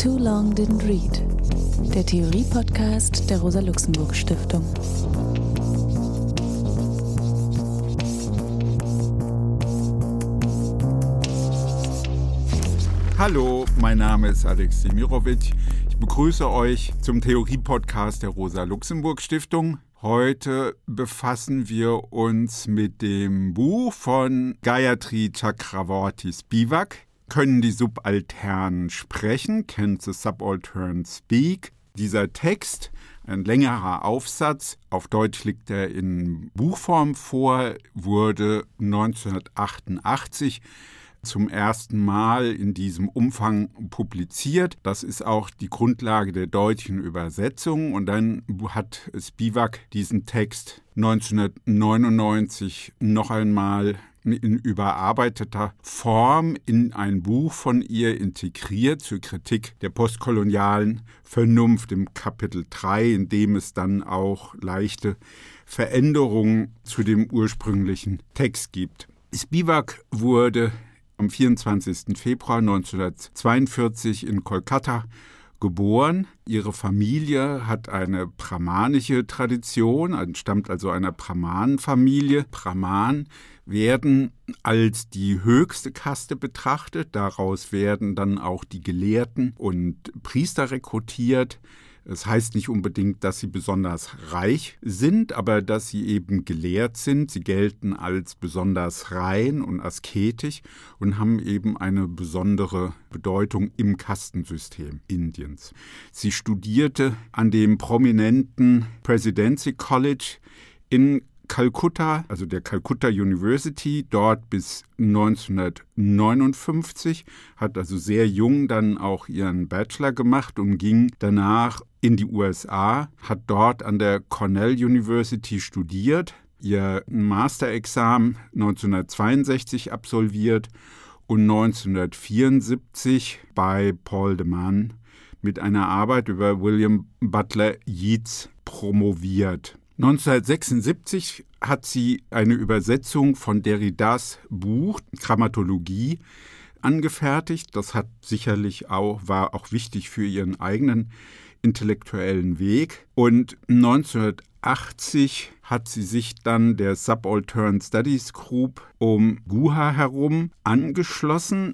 Too Long Didn't Read, der Theorie-Podcast der Rosa-Luxemburg-Stiftung. Hallo, mein Name ist Alex Semirovic. Ich begrüße euch zum Theorie-Podcast der Rosa-Luxemburg-Stiftung. Heute befassen wir uns mit dem Buch von Gayatri Chakravorty Spivak. Können die Subalternen sprechen? Can the Subaltern speak? Dieser Text, ein längerer Aufsatz, auf Deutsch liegt er in Buchform vor, wurde 1988 zum ersten Mal in diesem Umfang publiziert. Das ist auch die Grundlage der deutschen Übersetzung. Und dann hat Spivak diesen Text 1999 noch einmal in überarbeiteter Form in ein Buch von ihr integriert zur Kritik der postkolonialen Vernunft im Kapitel 3, in dem es dann auch leichte Veränderungen zu dem ursprünglichen Text gibt. Spivak wurde am 24. Februar 1942 in Kolkata geboren. Ihre Familie hat eine brahmanische Tradition, entstammt also einer Brahmanenfamilie. Brahmanen werden als die höchste Kaste betrachtet. Daraus werden dann auch die Gelehrten und Priester rekrutiert. Das heißt nicht unbedingt, dass sie besonders reich sind, aber dass sie eben gelehrt sind. Sie gelten als besonders rein und asketisch und haben eben eine besondere Bedeutung im Kastensystem Indiens. Sie studierte an dem prominenten Presidency College in Calcutta, also der Calcutta University, dort bis 1959, hat also sehr jung dann auch ihren Bachelor gemacht und ging danach in die USA, hat dort an der Cornell University studiert, ihr Masterexamen 1962 absolviert und 1974 bei Paul de Man mit einer Arbeit über William Butler Yeats promoviert. 1976 hat sie eine Übersetzung von Derridas Buch Grammatologie angefertigt. Das war auch wichtig für ihren eigenen intellektuellen Weg. Und 1980 hat sie sich dann der Subaltern Studies Group um Guha herum angeschlossen.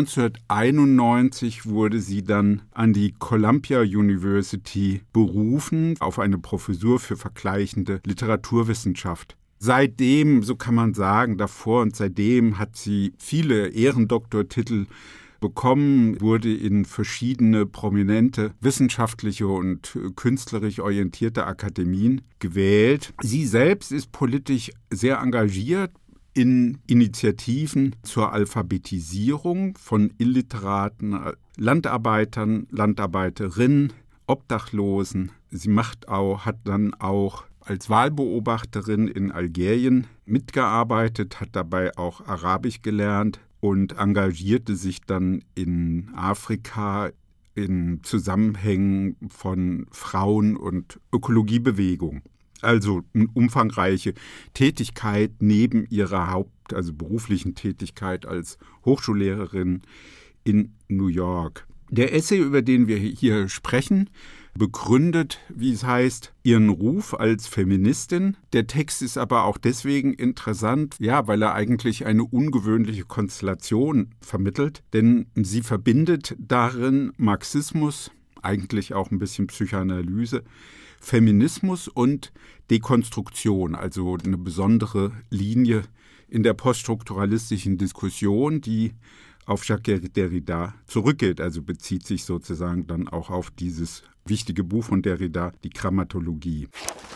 1991 wurde sie dann an die Columbia University berufen, auf eine Professur für vergleichende Literaturwissenschaft. Seitdem, so kann man sagen, davor und seitdem hat sie viele Ehrendoktortitel bekommen, wurde in verschiedene prominente wissenschaftliche und künstlerisch orientierte Akademien gewählt. Sie selbst ist politisch sehr engagiert in Initiativen zur Alphabetisierung von illiteraten Landarbeitern, Landarbeiterinnen, Obdachlosen. Sie hat dann auch als Wahlbeobachterin in Algerien mitgearbeitet, hat dabei auch Arabisch gelernt und engagierte sich dann in Afrika in Zusammenhängen von Frauen- und Ökologiebewegung. Also eine umfangreiche Tätigkeit neben ihrer beruflichen Tätigkeit als Hochschullehrerin in New York. Der Essay, über den wir hier sprechen, begründet, wie es heißt, ihren Ruf als Feministin. Der Text ist aber auch deswegen interessant, weil er eigentlich eine ungewöhnliche Konstellation vermittelt, denn sie verbindet darin Marxismus, eigentlich auch ein bisschen Psychoanalyse, Feminismus und Dekonstruktion, also eine besondere Linie in der poststrukturalistischen Diskussion, die auf Jacques Derrida zurückgeht, also bezieht sich sozusagen dann auch auf dieses wichtige Buch von Derrida, die Grammatologie.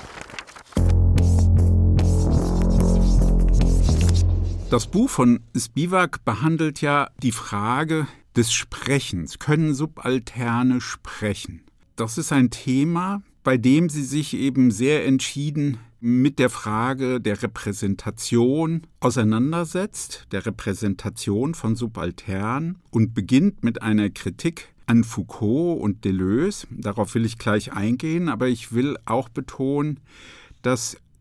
Das Buch von Spivak behandelt ja die Frage des Sprechens. Können Subalterne sprechen? Das ist ein Thema, bei dem sie sich eben sehr entschieden mit der Frage der Repräsentation auseinandersetzt, der Repräsentation von Subalternen und beginnt mit einer Kritik an Foucault und Deleuze. Darauf will ich gleich eingehen, aber ich will auch betonen, dass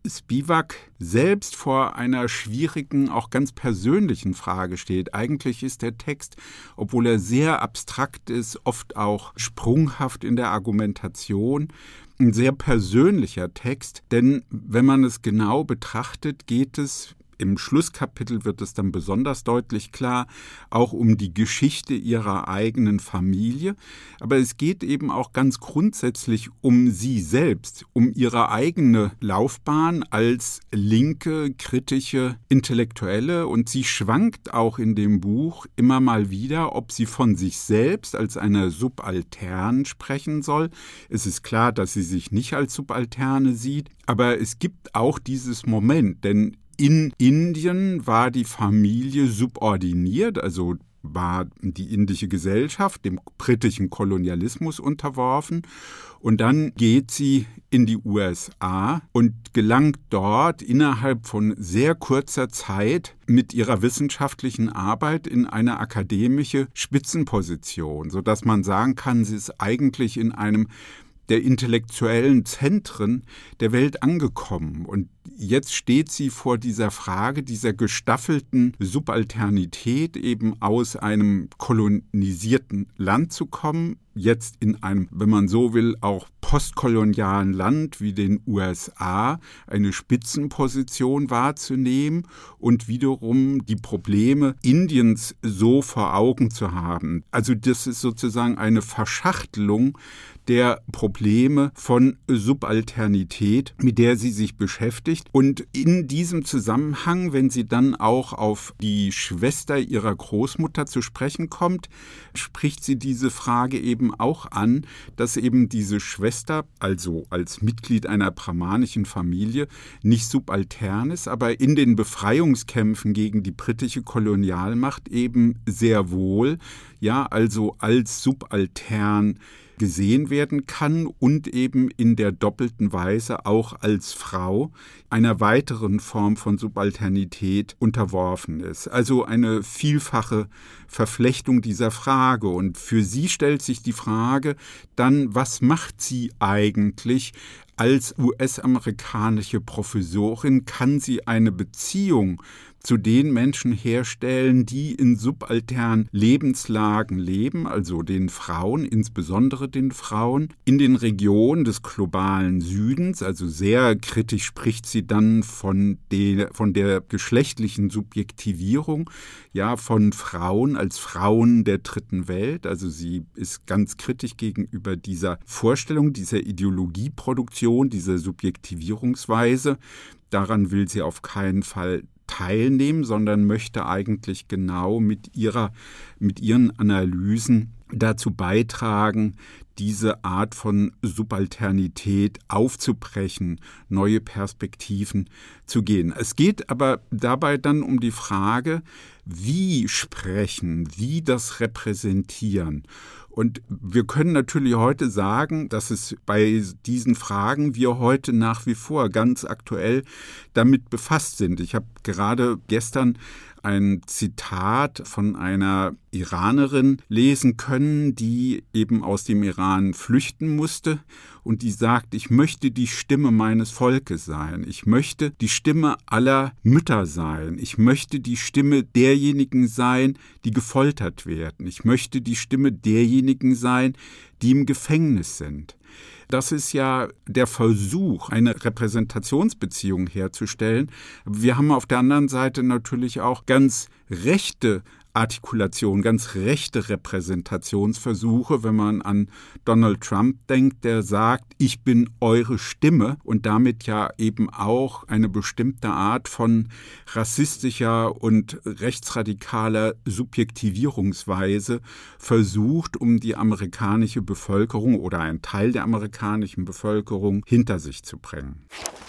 Spivak selbst vor einer schwierigen, auch ganz persönlichen Frage steht. Eigentlich ist der Text, obwohl er sehr abstrakt ist, oft auch sprunghaft in der Argumentation, ein sehr persönlicher Text, denn wenn man es genau betrachtet, geht es, im Schlusskapitel wird es dann besonders deutlich klar, auch um die Geschichte ihrer eigenen Familie. Aber es geht eben auch ganz grundsätzlich um sie selbst, um ihre eigene Laufbahn als linke, kritische Intellektuelle. Und sie schwankt auch in dem Buch immer mal wieder, ob sie von sich selbst als einer Subaltern sprechen soll. Es ist klar, dass sie sich nicht als Subalterne sieht, aber es gibt auch dieses Moment, denn in Indien war die Familie subordiniert, also war die indische Gesellschaft dem britischen Kolonialismus unterworfen. Und dann geht sie in die USA und gelangt dort innerhalb von sehr kurzer Zeit mit ihrer wissenschaftlichen Arbeit in eine akademische Spitzenposition, sodass man sagen kann, sie ist eigentlich in einem der intellektuellen Zentren der Welt angekommen. Und jetzt steht sie vor dieser Frage, dieser gestaffelten Subalternität, eben aus einem kolonisierten Land zu kommen, jetzt in einem, wenn man so will, auch postkolonialen Land wie den USA eine Spitzenposition wahrzunehmen und wiederum die Probleme Indiens so vor Augen zu haben. Also das ist sozusagen eine Verschachtelung der Probleme von Subalternität, mit der sie sich beschäftigt. Und in diesem Zusammenhang, wenn sie dann auch auf die Schwester ihrer Großmutter zu sprechen kommt, spricht sie diese Frage eben auch an, dass eben diese Schwester, also als Mitglied einer brahmanischen Familie, nicht subaltern ist, aber in den Befreiungskämpfen gegen die britische Kolonialmacht eben sehr wohl, ja, also als subaltern gesehen werden kann und eben in der doppelten Weise auch als Frau einer weiteren Form von Subalternität unterworfen ist. Also eine vielfache Verflechtung dieser Frage. Und für sie stellt sich die Frage dann, was macht sie eigentlich als US-amerikanische Professorin? Kann sie eine Beziehung zu den Menschen herstellen, die in subalternen Lebenslagen leben, also den Frauen, insbesondere den Frauen, in den Regionen des globalen Südens. Also sehr kritisch spricht sie dann von der geschlechtlichen Subjektivierung, ja, von Frauen als Frauen der dritten Welt. Also sie ist ganz kritisch gegenüber dieser Vorstellung, dieser Ideologieproduktion, dieser Subjektivierungsweise. Daran will sie auf keinen Fall teilnehmen, sondern möchte eigentlich genau mit ihren Analysen dazu beitragen, diese Art von Subalternität aufzubrechen, neue Perspektiven zu gehen. Es geht aber dabei dann um die Frage, wie sprechen, wie das repräsentieren. Und wir können natürlich heute sagen, dass es bei diesen Fragen wir heute nach wie vor ganz aktuell damit befasst sind. Ich habe gerade gestern ein Zitat von einer Iranerin lesen können, die eben aus dem Iran flüchten musste und die sagt, ich möchte die Stimme meines Volkes sein, ich möchte die Stimme aller Mütter sein, ich möchte die Stimme derjenigen sein, die gefoltert werden, ich möchte die Stimme derjenigen sein, die im Gefängnis sind. Das ist ja der Versuch, eine Repräsentationsbeziehung herzustellen. Wir haben auf der anderen Seite natürlich auch ganz rechte Artikulation, ganz rechte Repräsentationsversuche, wenn man an Donald Trump denkt, der sagt, ich bin eure Stimme und damit ja eben auch eine bestimmte Art von rassistischer und rechtsradikaler Subjektivierungsweise versucht, um die amerikanische Bevölkerung oder einen Teil der amerikanischen Bevölkerung hinter sich zu bringen.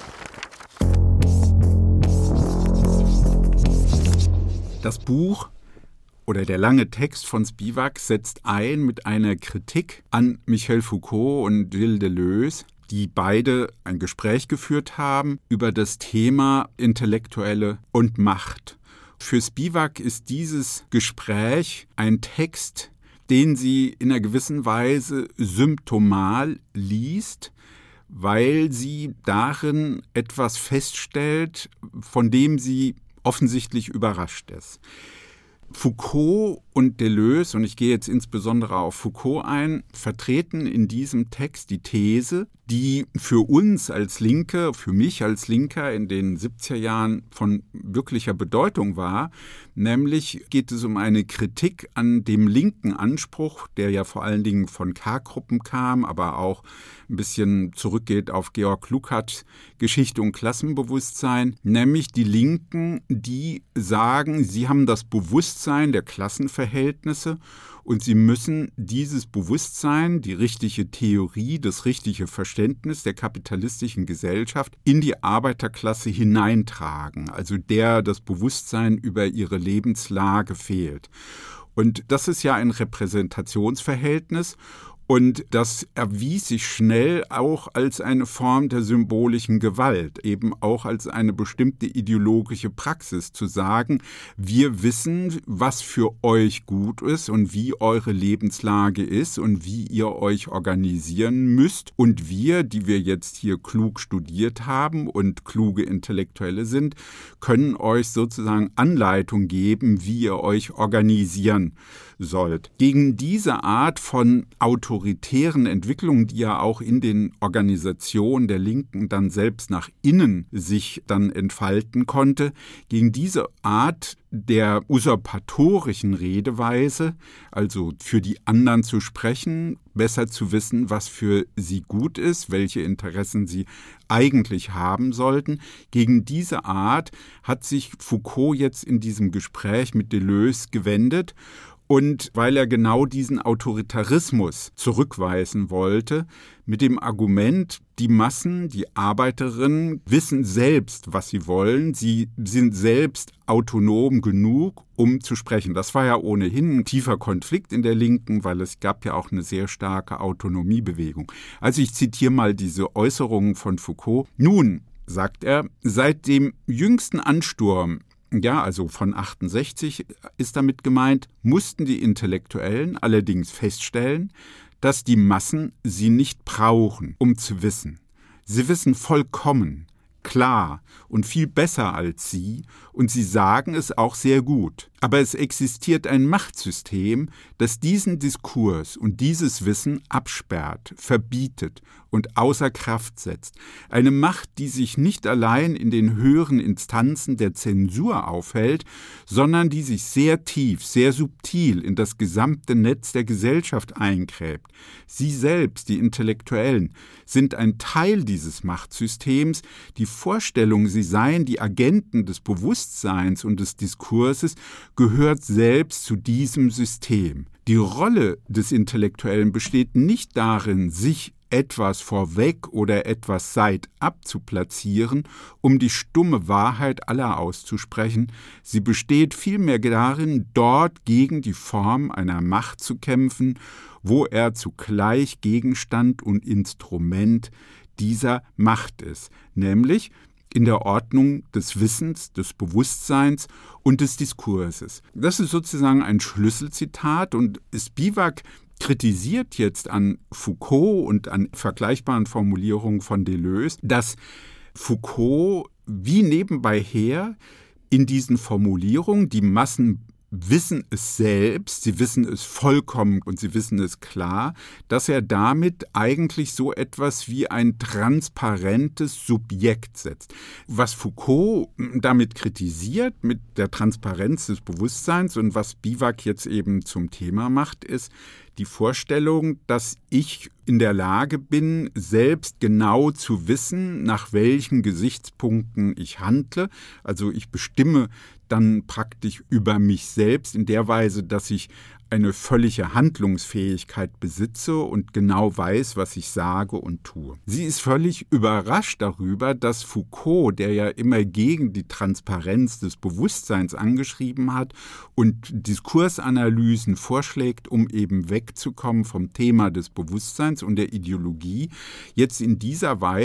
Das Buch oder der lange Text von Spivak setzt ein mit einer Kritik an Michel Foucault und Gilles Deleuze, die beide ein Gespräch geführt haben über das Thema Intellektuelle und Macht. Für Spivak ist dieses Gespräch ein Text, den sie in einer gewissen Weise symptomal liest, weil sie darin etwas feststellt, von dem sie offensichtlich überrascht ist. Foucault und Deleuze, und ich gehe jetzt insbesondere auf Foucault ein, vertreten in diesem Text die These, die für uns als Linke, für mich als Linker in den 70er Jahren von wirklicher Bedeutung war. Nämlich geht es um eine Kritik an dem linken Anspruch, der ja vor allen Dingen von K-Gruppen kam, aber auch ein bisschen zurückgeht auf Georg Lukács Geschichte und Klassenbewusstsein, nämlich die Linken, die sagen, sie haben das Bewusstsein der Klassenverhältnisse und sie müssen dieses Bewusstsein, die richtige Theorie, das richtige Verständnis der kapitalistischen Gesellschaft in die Arbeiterklasse hineintragen, also der das Bewusstsein über ihre Lebenslage fehlt. Und das ist ja ein Repräsentationsverhältnis. Und das erwies sich schnell auch als eine Form der symbolischen Gewalt, eben auch als eine bestimmte ideologische Praxis, zu sagen, wir wissen, was für euch gut ist und wie eure Lebenslage ist und wie ihr euch organisieren müsst. Und wir, die wir jetzt hier klug studiert haben und kluge Intellektuelle sind, können euch sozusagen Anleitung geben, wie ihr euch organisieren sollt. Gegen diese Art von autoritären Entwicklungen, die ja auch in den Organisationen der Linken dann selbst nach innen sich dann entfalten konnte, gegen diese Art der usurpatorischen Redeweise, also für die anderen zu sprechen, besser zu wissen, was für sie gut ist, welche Interessen sie eigentlich haben sollten. Gegen diese Art hat sich Foucault jetzt in diesem Gespräch mit Deleuze gewendet. Und weil er genau diesen Autoritarismus zurückweisen wollte, mit dem Argument, die Massen, die Arbeiterinnen wissen selbst, was sie wollen, sie sind selbst autonom genug, um zu sprechen. Das war ja ohnehin ein tiefer Konflikt in der Linken, weil es gab ja auch eine sehr starke Autonomiebewegung. Also ich zitiere mal diese Äußerungen von Foucault. Nun, sagt er, seit dem jüngsten Ansturm, ja, also von 68 ist damit gemeint, mussten die Intellektuellen allerdings feststellen, dass die Massen sie nicht brauchen, um zu wissen. Sie wissen vollkommen, klar und viel besser als sie und sie sagen es auch sehr gut. Aber es existiert ein Machtsystem, das diesen Diskurs und dieses Wissen absperrt, verbietet und außer Kraft setzt. Eine Macht, die sich nicht allein in den höheren Instanzen der Zensur aufhält, sondern die sich sehr tief, sehr subtil in das gesamte Netz der Gesellschaft eingräbt. Sie selbst, die Intellektuellen, sind ein Teil dieses Machtsystems. Die Vorstellung, sie seien die Agenten des Bewusstseins und des Diskurses, gehört selbst zu diesem System. Die Rolle des Intellektuellen besteht nicht darin, sich etwas vorweg oder etwas seitab zu platzieren, um die stumme Wahrheit aller auszusprechen. Sie besteht vielmehr darin, dort gegen die Form einer Macht zu kämpfen, wo er zugleich Gegenstand und Instrument dieser Macht ist, nämlich in der Ordnung des Wissens, des Bewusstseins und des Diskurses. Das ist sozusagen ein Schlüsselzitat und Spivak kritisiert jetzt an Foucault und an vergleichbaren Formulierungen von Deleuze, dass Foucault wie nebenbei her in diesen Formulierungen die Massen wissen es selbst, sie wissen es vollkommen und sie wissen es klar, dass er damit eigentlich so etwas wie ein transparentes Subjekt setzt. Was Foucault damit kritisiert, mit der Transparenz des Bewusstseins und was Spivak jetzt eben zum Thema macht, ist die Vorstellung, dass ich in der Lage bin, selbst genau zu wissen, nach welchen Gesichtspunkten ich handle. Also ich bestimme dann praktisch über mich selbst in der Weise, dass ich eine völlige Handlungsfähigkeit besitze und genau weiß, was ich sage und tue. Sie ist völlig überrascht darüber, dass Foucault, der ja immer gegen die Transparenz des Bewusstseins angeschrieben hat und Diskursanalysen vorschlägt, um eben wegzukommen vom Thema des Bewusstseins und der Ideologie, jetzt in dieser Weise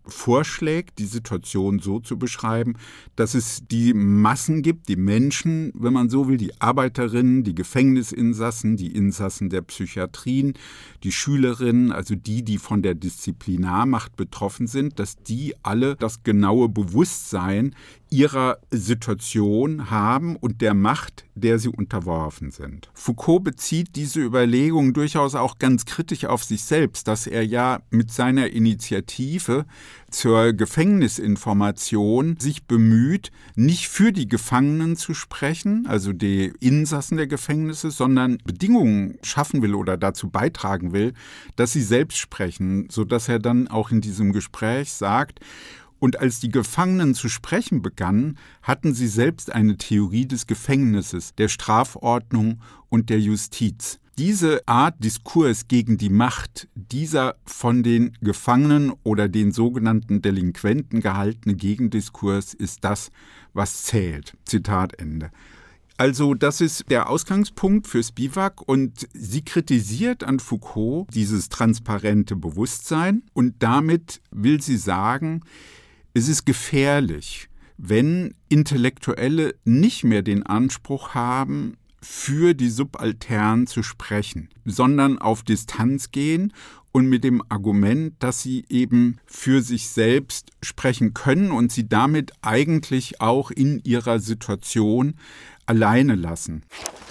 vorschlägt, die Situation so zu beschreiben, dass es die Massen gibt, die Menschen, wenn man so will, die Arbeiterinnen, die Gefängnisinsassen, die Insassen der Psychiatrien, die Schülerinnen, also die von der Disziplinarmacht betroffen sind, dass die alle das genaue Bewusstsein ihrer Situation haben und der Macht, der sie unterworfen sind. Foucault bezieht diese Überlegung durchaus auch ganz kritisch auf sich selbst, dass er ja mit seiner Initiative zur Gefängnisinformation sich bemüht, nicht für die Gefangenen zu sprechen, also die Insassen der Gefängnisse, sondern Bedingungen schaffen will oder dazu beitragen will, dass sie selbst sprechen, sodass er dann auch in diesem Gespräch sagt, und als die Gefangenen zu sprechen begannen, hatten sie selbst eine Theorie des Gefängnisses, der Strafordnung und der Justiz. Diese Art Diskurs gegen die Macht, dieser von den Gefangenen oder den sogenannten Delinquenten gehaltene Gegendiskurs ist das, was zählt. Zitat Ende. Also das ist der Ausgangspunkt für Spivak und sie kritisiert an Foucault dieses transparente Bewusstsein und damit will sie sagen, es ist gefährlich, wenn Intellektuelle nicht mehr den Anspruch haben, für die Subalternen zu sprechen, sondern auf Distanz gehen und mit dem Argument, dass sie eben für sich selbst sprechen können und sie damit eigentlich auch in ihrer Situation alleine lassen.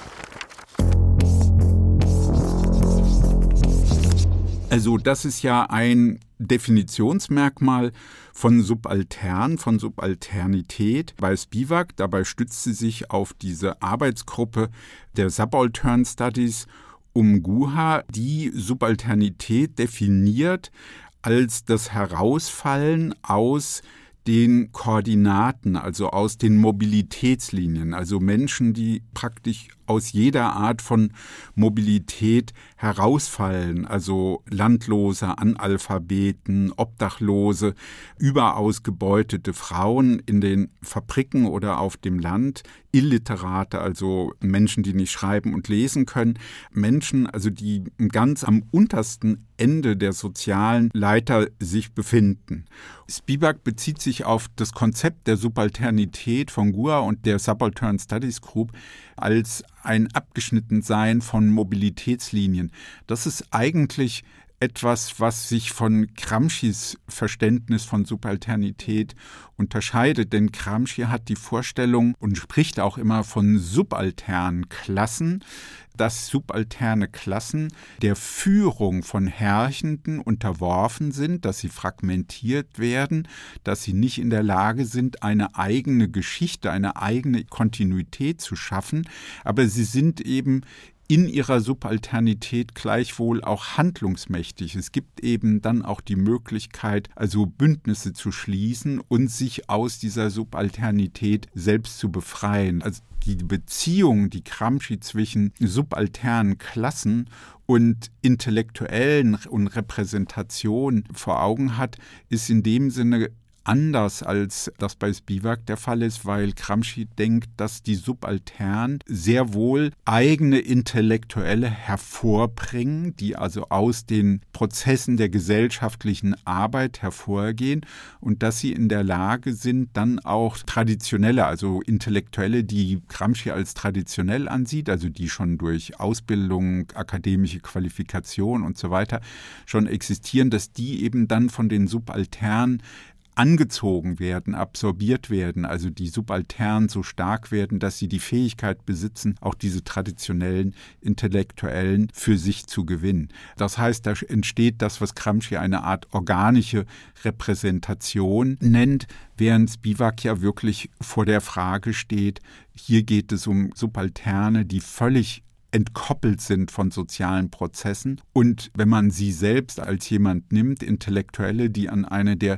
Also das ist ja ein Definitionsmerkmal von Subaltern, von Subalternität bei Spivak. Dabei stützt sie sich auf diese Arbeitsgruppe der Subaltern Studies um Guha, die Subalternität definiert als das Herausfallen aus den Koordinaten, also aus den Mobilitätslinien, also Menschen, die praktisch aus jeder Art von Mobilität herausfallen, also Landlose, Analphabeten, Obdachlose, überausgebeutete Frauen in den Fabriken oder auf dem Land, Illiterate, also Menschen, die nicht schreiben und lesen können, Menschen, also die ganz am untersten Ende der sozialen Leiter sich befinden. Spivak bezieht sich auf das Konzept der Subalternität von Guha und der Subaltern Studies Group als ein Abgeschnittensein von Mobilitätslinien. Das ist eigentlich etwas, was sich von Gramscis Verständnis von Subalternität unterscheidet. Denn Gramsci hat die Vorstellung und spricht auch immer von subalternen Klassen, dass subalterne Klassen der Führung von Herrschenden unterworfen sind, dass sie fragmentiert werden, dass sie nicht in der Lage sind, eine eigene Geschichte, eine eigene Kontinuität zu schaffen, aber sie sind eben in ihrer Subalternität gleichwohl auch handlungsmächtig. Es gibt eben dann auch die Möglichkeit, also Bündnisse zu schließen und sich aus dieser Subalternität selbst zu befreien. Also die Beziehung, die Gramsci zwischen subalternen Klassen und Intellektuellen und Repräsentation vor Augen hat, ist in dem Sinne anders, als das bei Spivak der Fall ist, weil Gramsci denkt, dass die Subalternen sehr wohl eigene Intellektuelle hervorbringen, die also aus den Prozessen der gesellschaftlichen Arbeit hervorgehen und dass sie in der Lage sind, dann auch traditionelle, also Intellektuelle, die Gramsci als traditionell ansieht, also die schon durch Ausbildung, akademische Qualifikation und so weiter schon existieren, dass die eben dann von den Subalternen angezogen werden, absorbiert werden, also die Subalternen so stark werden, dass sie die Fähigkeit besitzen, auch diese traditionellen Intellektuellen für sich zu gewinnen. Das heißt, da entsteht das, was Gramsci eine Art organische Repräsentation nennt, während Spivak ja wirklich vor der Frage steht, hier geht es um Subalterne, die völlig entkoppelt sind von sozialen Prozessen. Und wenn man sie selbst als jemand nimmt, Intellektuelle, die an einer der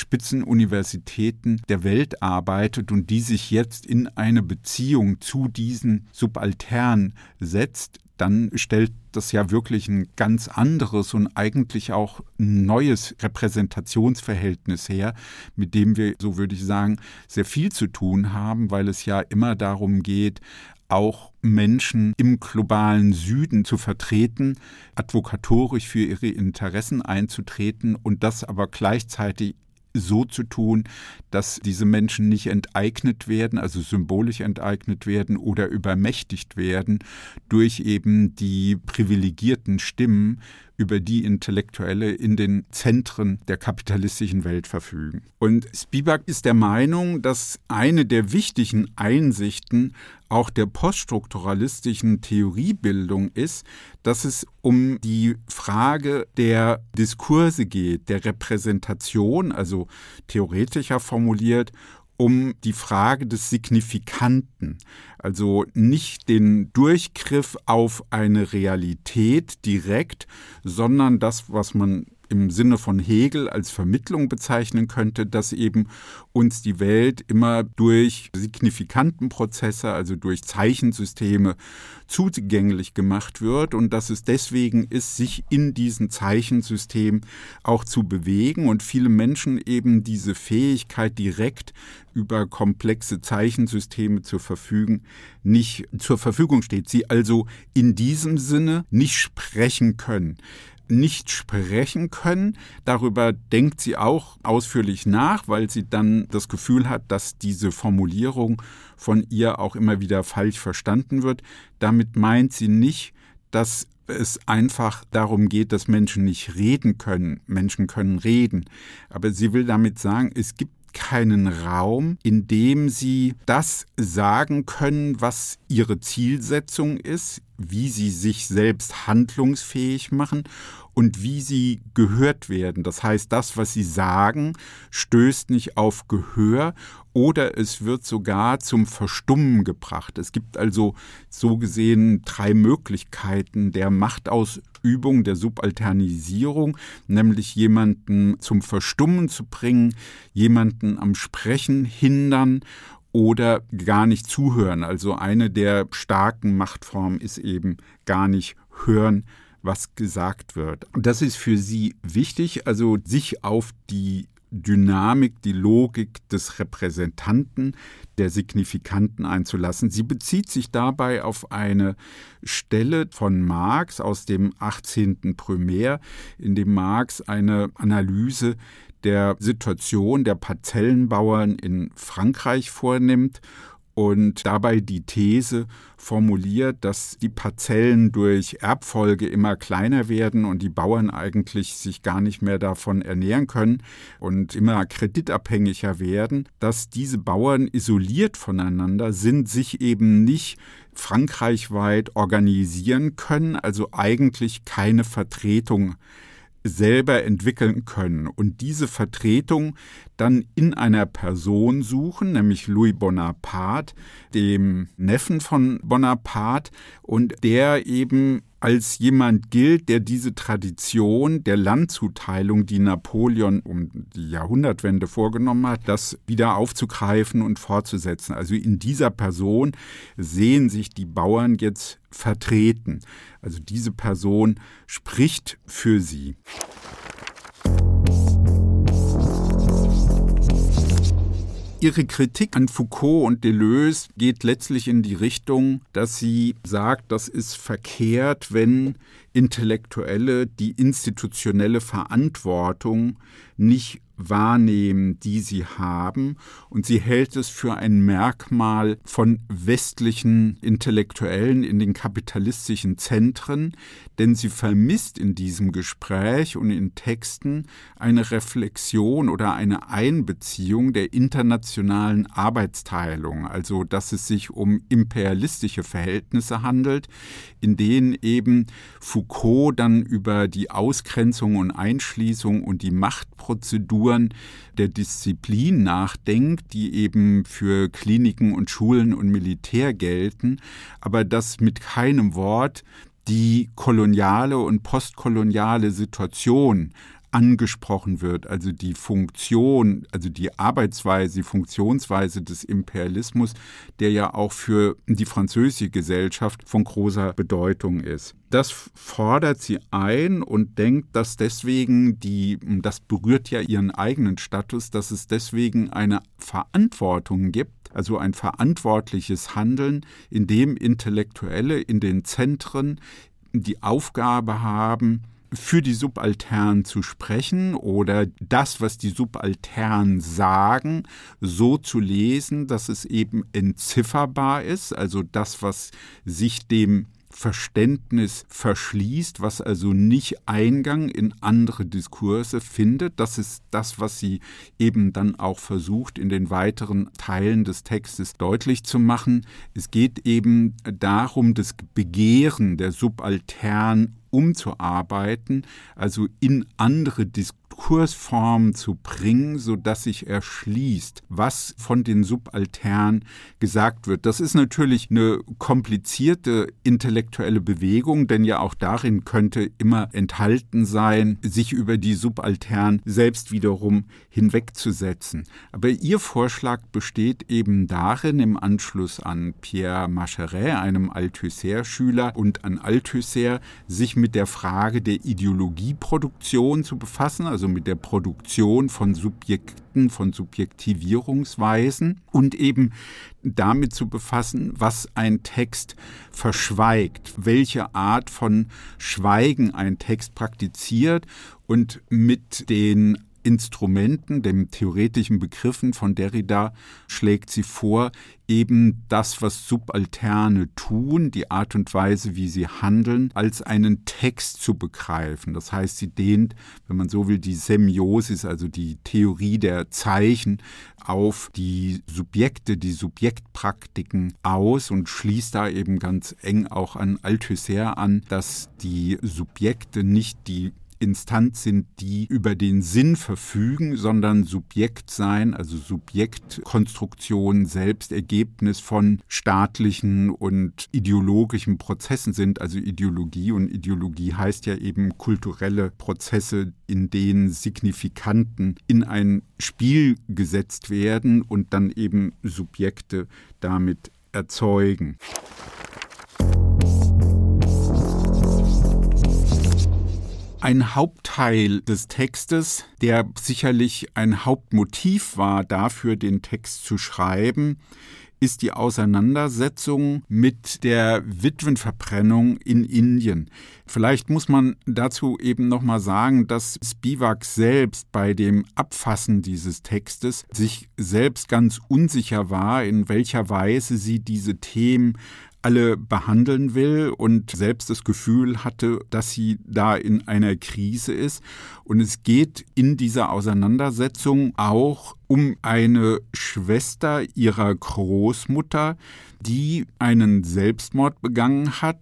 Spitzenuniversitäten der Welt arbeitet und die sich jetzt in eine Beziehung zu diesen Subalternen setzt, dann stellt das ja wirklich ein ganz anderes und eigentlich auch neues Repräsentationsverhältnis her, mit dem wir, so würde ich sagen, sehr viel zu tun haben, weil es ja immer darum geht, auch Menschen im globalen Süden zu vertreten, advokatorisch für ihre Interessen einzutreten und das aber gleichzeitig so zu tun, dass diese Menschen nicht enteignet werden, also symbolisch enteignet werden oder übermächtigt werden durch eben die privilegierten Stimmen, über die Intellektuelle in den Zentren der kapitalistischen Welt verfügen. Und Spivak ist der Meinung, dass eine der wichtigen Einsichten auch der poststrukturalistischen Theoriebildung ist, dass es um die Frage der Diskurse geht, der Repräsentation, also theoretischer formuliert, um die Frage des Signifikanten, also nicht den Durchgriff auf eine Realität direkt, sondern das, was man im Sinne von Hegel als Vermittlung bezeichnen könnte, dass eben uns die Welt immer durch Signifikantenprozesse, also durch Zeichensysteme zugänglich gemacht wird und dass es deswegen ist, sich in diesen Zeichensystemen auch zu bewegen und viele Menschen eben diese Fähigkeit direkt über komplexe Zeichensysteme zu verfügen, nicht zur Verfügung steht. Sie also in diesem Sinne nicht sprechen können. Darüber denkt sie auch ausführlich nach, weil sie dann das Gefühl hat, dass diese Formulierung von ihr auch immer wieder falsch verstanden wird. Damit meint sie nicht, dass es einfach darum geht, dass Menschen nicht reden können. Menschen können reden. Aber sie will damit sagen, es gibt keinen Raum, in dem sie das sagen können, was ihre Zielsetzung ist, wie sie sich selbst handlungsfähig machen und wie sie gehört werden. Das heißt, das, was sie sagen, stößt nicht auf Gehör oder es wird sogar zum Verstummen gebracht. Es gibt also so gesehen 3 Möglichkeiten der Machtausübung, der Subalternisierung, nämlich jemanden zum Verstummen zu bringen, jemanden am Sprechen hindern oder gar nicht zuhören. Also eine der starken Machtformen ist eben gar nicht hören, was gesagt wird. Und das ist für sie wichtig, also sich auf die Dynamik, die Logik des Repräsentanten, der Signifikanten einzulassen. Sie bezieht sich dabei auf eine Stelle von Marx aus dem 18. Primär, in dem Marx eine Analyse der Situation der Parzellenbauern in Frankreich vornimmt und dabei die These formuliert, dass die Parzellen durch Erbfolge immer kleiner werden und die Bauern eigentlich sich gar nicht mehr davon ernähren können und immer kreditabhängiger werden, dass diese Bauern isoliert voneinander sind, sich eben nicht frankreichweit organisieren können, also eigentlich keine Vertretung selber entwickeln können und diese Vertretung dann in einer Person suchen, nämlich Louis Bonaparte, dem Neffen von Bonaparte, und der eben als jemand gilt, der diese Tradition der Landzuteilung, die Napoleon um die Jahrhundertwende vorgenommen hat, das wieder aufzugreifen und fortzusetzen. Also in dieser Person sehen sich die Bauern jetzt vertreten. Also diese Person spricht für sie. Ihre Kritik an Foucault und Deleuze geht letztlich in die Richtung, dass sie sagt, das ist verkehrt, wenn Intellektuelle die institutionelle Verantwortung nicht wahrnehmen, die sie haben. Und sie hält es für ein Merkmal von westlichen Intellektuellen in den kapitalistischen Zentren, denn sie vermisst in diesem Gespräch und in Texten eine Reflexion oder eine Einbeziehung der internationalen Arbeitsteilung, also dass es sich um imperialistische Verhältnisse handelt, in denen eben Foucault dann über die Ausgrenzung und Einschließung und die Machtprozeduren der Disziplin nachdenkt, die eben für Kliniken und Schulen und Militär gelten, aber dass mit keinem Wort die koloniale und postkoloniale Situation angesprochen wird, also die Funktion, also die Arbeitsweise, die Funktionsweise des Imperialismus, der ja auch für die französische Gesellschaft von großer Bedeutung ist. Das fordert sie ein und denkt, dass deswegen das berührt ja ihren eigenen Status, dass es deswegen eine Verantwortung gibt, also ein verantwortliches Handeln, in dem Intellektuelle in den Zentren die Aufgabe haben, für die Subalternen zu sprechen oder das, was die Subalternen sagen, so zu lesen, dass es eben entzifferbar ist, also das, was sich dem Verständnis verschließt, was also nicht Eingang in andere Diskurse findet. Das ist das, was sie eben dann auch versucht, in den weiteren Teilen des Textes deutlich zu machen. Es geht eben darum, das Begehren der Subaltern umzuarbeiten, also in andere Diskursformen zu bringen, sodass sich erschließt, was von den Subalternen gesagt wird. Das ist natürlich eine komplizierte intellektuelle Bewegung, denn ja auch darin könnte immer enthalten sein, sich über die Subalternen selbst wiederum hinwegzusetzen. Aber ihr Vorschlag besteht eben darin, im Anschluss an Pierre Macheret, einem Althusser-Schüler, und an Althusser, sich mit der Frage der Ideologieproduktion zu befassen, also mit der Produktion von Subjekten, von Subjektivierungsweisen und eben damit zu befassen, was ein Text verschweigt, welche Art von Schweigen ein Text praktiziert und mit den Instrumenten, den theoretischen Begriffen von Derrida, schlägt sie vor, eben das, was Subalterne tun, die Art und Weise, wie sie handeln, als einen Text zu begreifen. Das heißt, sie dehnt, wenn man so will, die Semiosis, also die Theorie der Zeichen, auf die Subjekte, die Subjektpraktiken aus und schließt da eben ganz eng auch an Althusser an, dass die Subjekte nicht die Instanz sind, die über den Sinn verfügen, sondern Subjekt sein, also Subjektkonstruktion, Selbstergebnis von staatlichen und ideologischen Prozessen sind, also Ideologie. Und Ideologie heißt ja eben kulturelle Prozesse, in denen Signifikanten in ein Spiel gesetzt werden und dann eben Subjekte damit erzeugen. Ein Hauptteil des Textes, der sicherlich ein Hauptmotiv war dafür, den Text zu schreiben, ist die Auseinandersetzung mit der Witwenverbrennung in Indien. Vielleicht muss man dazu eben nochmal sagen, dass Spivak selbst bei dem Abfassen dieses Textes sich selbst ganz unsicher war, in welcher Weise sie diese Themen alle behandeln will und selbst das Gefühl hatte, dass sie da in einer Krise ist. Und es geht in dieser Auseinandersetzung auch um eine Schwester ihrer Großmutter, die einen Selbstmord begangen hat,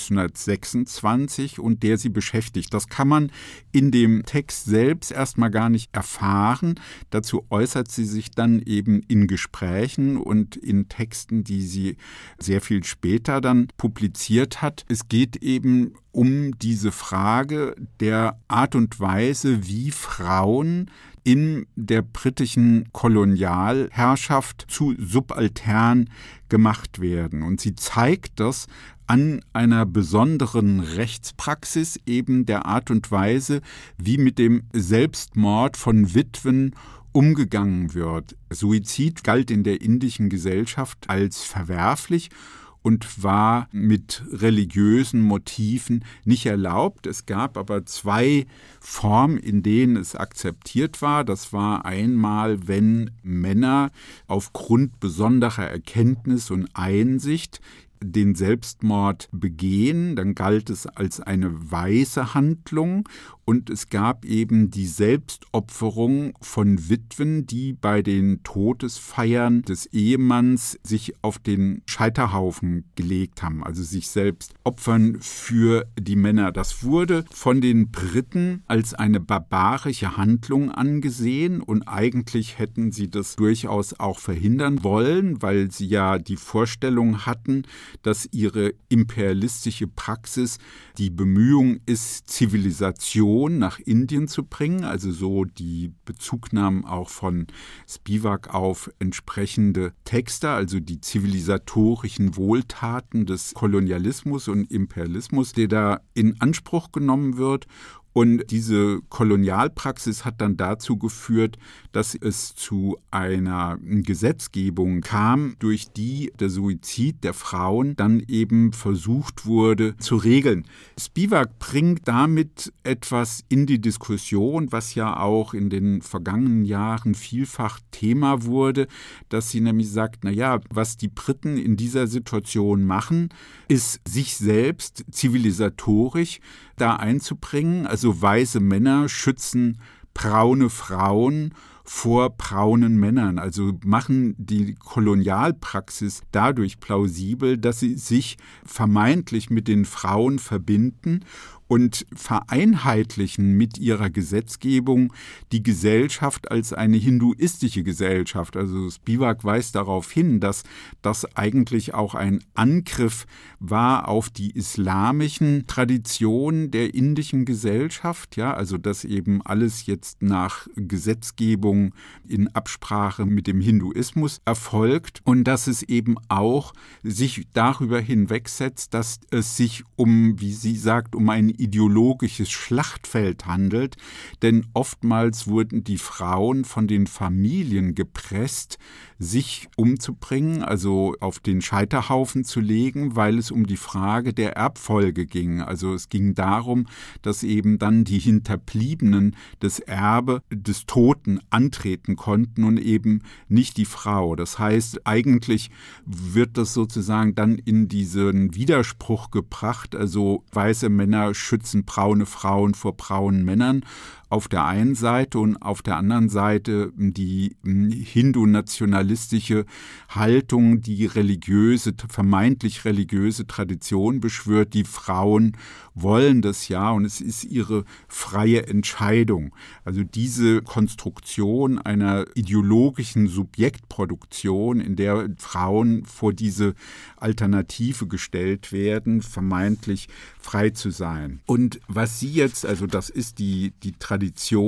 1926, und der sie beschäftigt. Das kann man in dem Text selbst erstmal gar nicht erfahren. Dazu äußert sie sich dann eben in Gesprächen und in Texten, die sie sehr viel später dann publiziert hat. Es geht eben um diese Frage der Art und Weise, wie Frauen in der britischen Kolonialherrschaft zu Subaltern gemacht werden. Und sie zeigt das an einer besonderen Rechtspraxis, eben der Art und Weise, wie mit dem Selbstmord von Witwen umgegangen wird. Suizid galt in der indischen Gesellschaft als verwerflich und war mit religiösen Motiven nicht erlaubt. Es gab aber zwei Formen, in denen es akzeptiert war. Das war einmal, wenn Männer aufgrund besonderer Erkenntnis und Einsicht den Selbstmord begehen, dann galt es als eine weise Handlung, und es gab eben die Selbstopferung von Witwen, die bei den Todesfeiern des Ehemanns sich auf den Scheiterhaufen gelegt haben, also sich selbst opfern für die Männer. Das wurde von den Briten als eine barbarische Handlung angesehen, und eigentlich hätten sie das durchaus auch verhindern wollen, weil sie ja die Vorstellung hatten, dass ihre imperialistische Praxis die Bemühung ist, Zivilisation nach Indien zu bringen, also so die Bezugnahmen auch von Spivak auf entsprechende Texte, also die zivilisatorischen Wohltaten des Kolonialismus und Imperialismus, der da in Anspruch genommen wird. Und diese Kolonialpraxis hat dann dazu geführt, dass es zu einer Gesetzgebung kam, durch die der Suizid der Frauen dann eben versucht wurde zu regeln. Spivak bringt damit etwas in die Diskussion, was ja auch in den vergangenen Jahren vielfach Thema wurde, dass sie nämlich sagt, was die Briten in dieser Situation machen, ist sich selbst zivilisatorisch da einzubringen. Also weiße Männer schützen braune Frauen vor braunen Männern. Also machen die Kolonialpraxis dadurch plausibel, dass sie sich vermeintlich mit den Frauen verbinden und vereinheitlichen mit ihrer Gesetzgebung die Gesellschaft als eine hinduistische Gesellschaft. Also Spivak weist darauf hin, dass das eigentlich auch ein Angriff war auf die islamischen Traditionen der indischen Gesellschaft, also dass eben alles jetzt nach Gesetzgebung in Absprache mit dem Hinduismus erfolgt und dass es eben auch sich darüber hinwegsetzt, dass es sich wie sie sagt, um ein ideologisches Schlachtfeld handelt, denn oftmals wurden die Frauen von den Familien gepresst, sich umzubringen, also auf den Scheiterhaufen zu legen, weil es um die Frage der Erbfolge ging. Also es ging darum, dass eben dann die Hinterbliebenen das Erbe des Toten antreten konnten und eben nicht die Frau. Das heißt, eigentlich wird das sozusagen dann in diesen Widerspruch gebracht, also weiße Männer schützen braune Frauen vor braunen Männern auf der einen Seite und auf der anderen Seite die hindu-nationalistische Haltung, die vermeintlich religiöse Tradition beschwört. Die Frauen wollen das und es ist ihre freie Entscheidung. Also diese Konstruktion einer ideologischen Subjektproduktion, in der Frauen vor diese Alternative gestellt werden, vermeintlich frei zu sein. Und was sie jetzt, also das ist die Tradition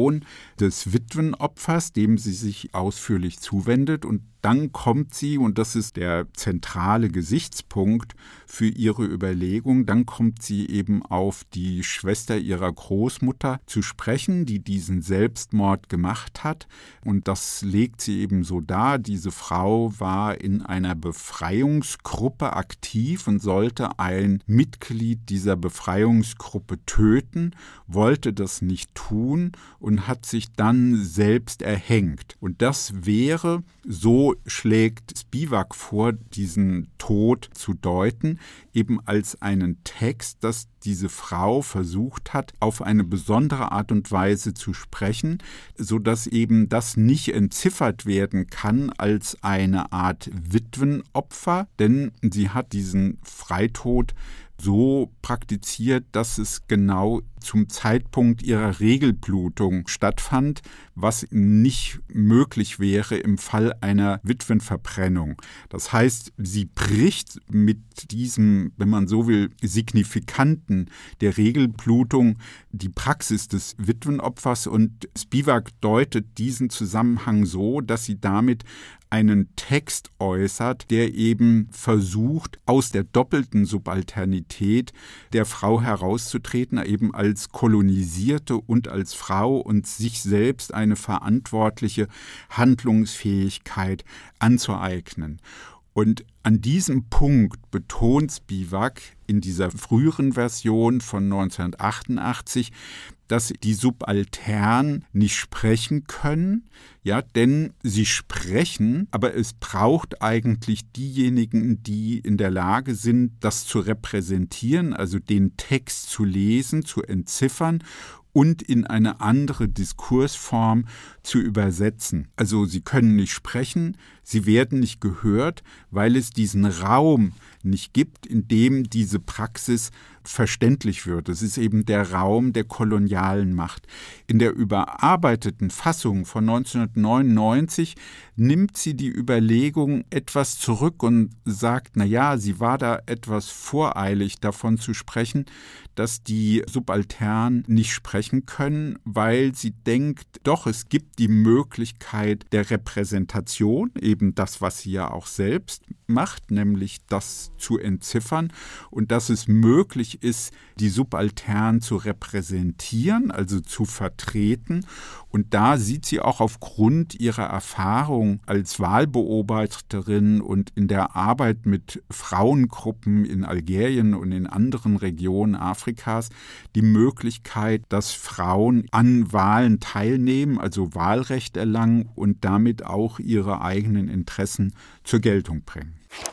des Witwenopfers, dem sie sich ausführlich zuwendet. Und dann kommt sie, und das ist der zentrale Gesichtspunkt für ihre Überlegung, dann kommt sie eben auf die Schwester ihrer Großmutter zu sprechen, die diesen Selbstmord gemacht hat. Und das legt sie eben so dar. Diese Frau war in einer Befreiungsgruppe aktiv und sollte ein Mitglied dieser Befreiungsgruppe töten, wollte das nicht tun und hat sich dann selbst erhängt. Und das wäre, so schlägt Spivak vor, diesen Tod zu deuten, eben als einen Text, dass diese Frau versucht hat, auf eine besondere Art und Weise zu sprechen, sodass eben das nicht entziffert werden kann als eine Art Witwenopfer, denn sie hat diesen Freitod so praktiziert, dass es genau zum Zeitpunkt ihrer Regelblutung stattfand, was nicht möglich wäre im Fall einer Witwenverbrennung. Das heißt, sie bricht mit diesem, wenn man so will, Signifikanten der Regelblutung die Praxis des Witwenopfers, und Spivak deutet diesen Zusammenhang so, dass sie damit einen Text äußert, der eben versucht, aus der doppelten Subalternität der Frau herauszutreten, eben als Kolonisierte und als Frau, und sich selbst eine verantwortliche Handlungsfähigkeit anzueignen. Und an diesem Punkt betont Spivak in dieser früheren Version von 1988, dass die Subalternen nicht sprechen können, denn sie sprechen, aber es braucht eigentlich diejenigen, die in der Lage sind, das zu repräsentieren, also den Text zu lesen, zu entziffern und in eine andere Diskursform zu übersetzen. Also sie können nicht sprechen, sie werden nicht gehört, weil es diesen Raum nicht gibt, in dem diese Praxis verständlich wird. Es ist eben der Raum der kolonialen Macht. In der überarbeiteten Fassung von 1999 nimmt sie die Überlegung etwas zurück und sagt, sie war da etwas voreilig davon zu sprechen, dass die Subalternen nicht sprechen können, weil sie denkt, doch, es gibt die Möglichkeit der Repräsentation, eben eben das, was sie ja auch selbst macht, nämlich das zu entziffern und dass es möglich ist, die Subaltern zu repräsentieren, also zu vertreten. Und da sieht sie auch aufgrund ihrer Erfahrung als Wahlbeobachterin und in der Arbeit mit Frauengruppen in Algerien und in anderen Regionen Afrikas die Möglichkeit, dass Frauen an Wahlen teilnehmen, also Wahlrecht erlangen und damit auch ihre eigenen Interessen zur Geltung bringen.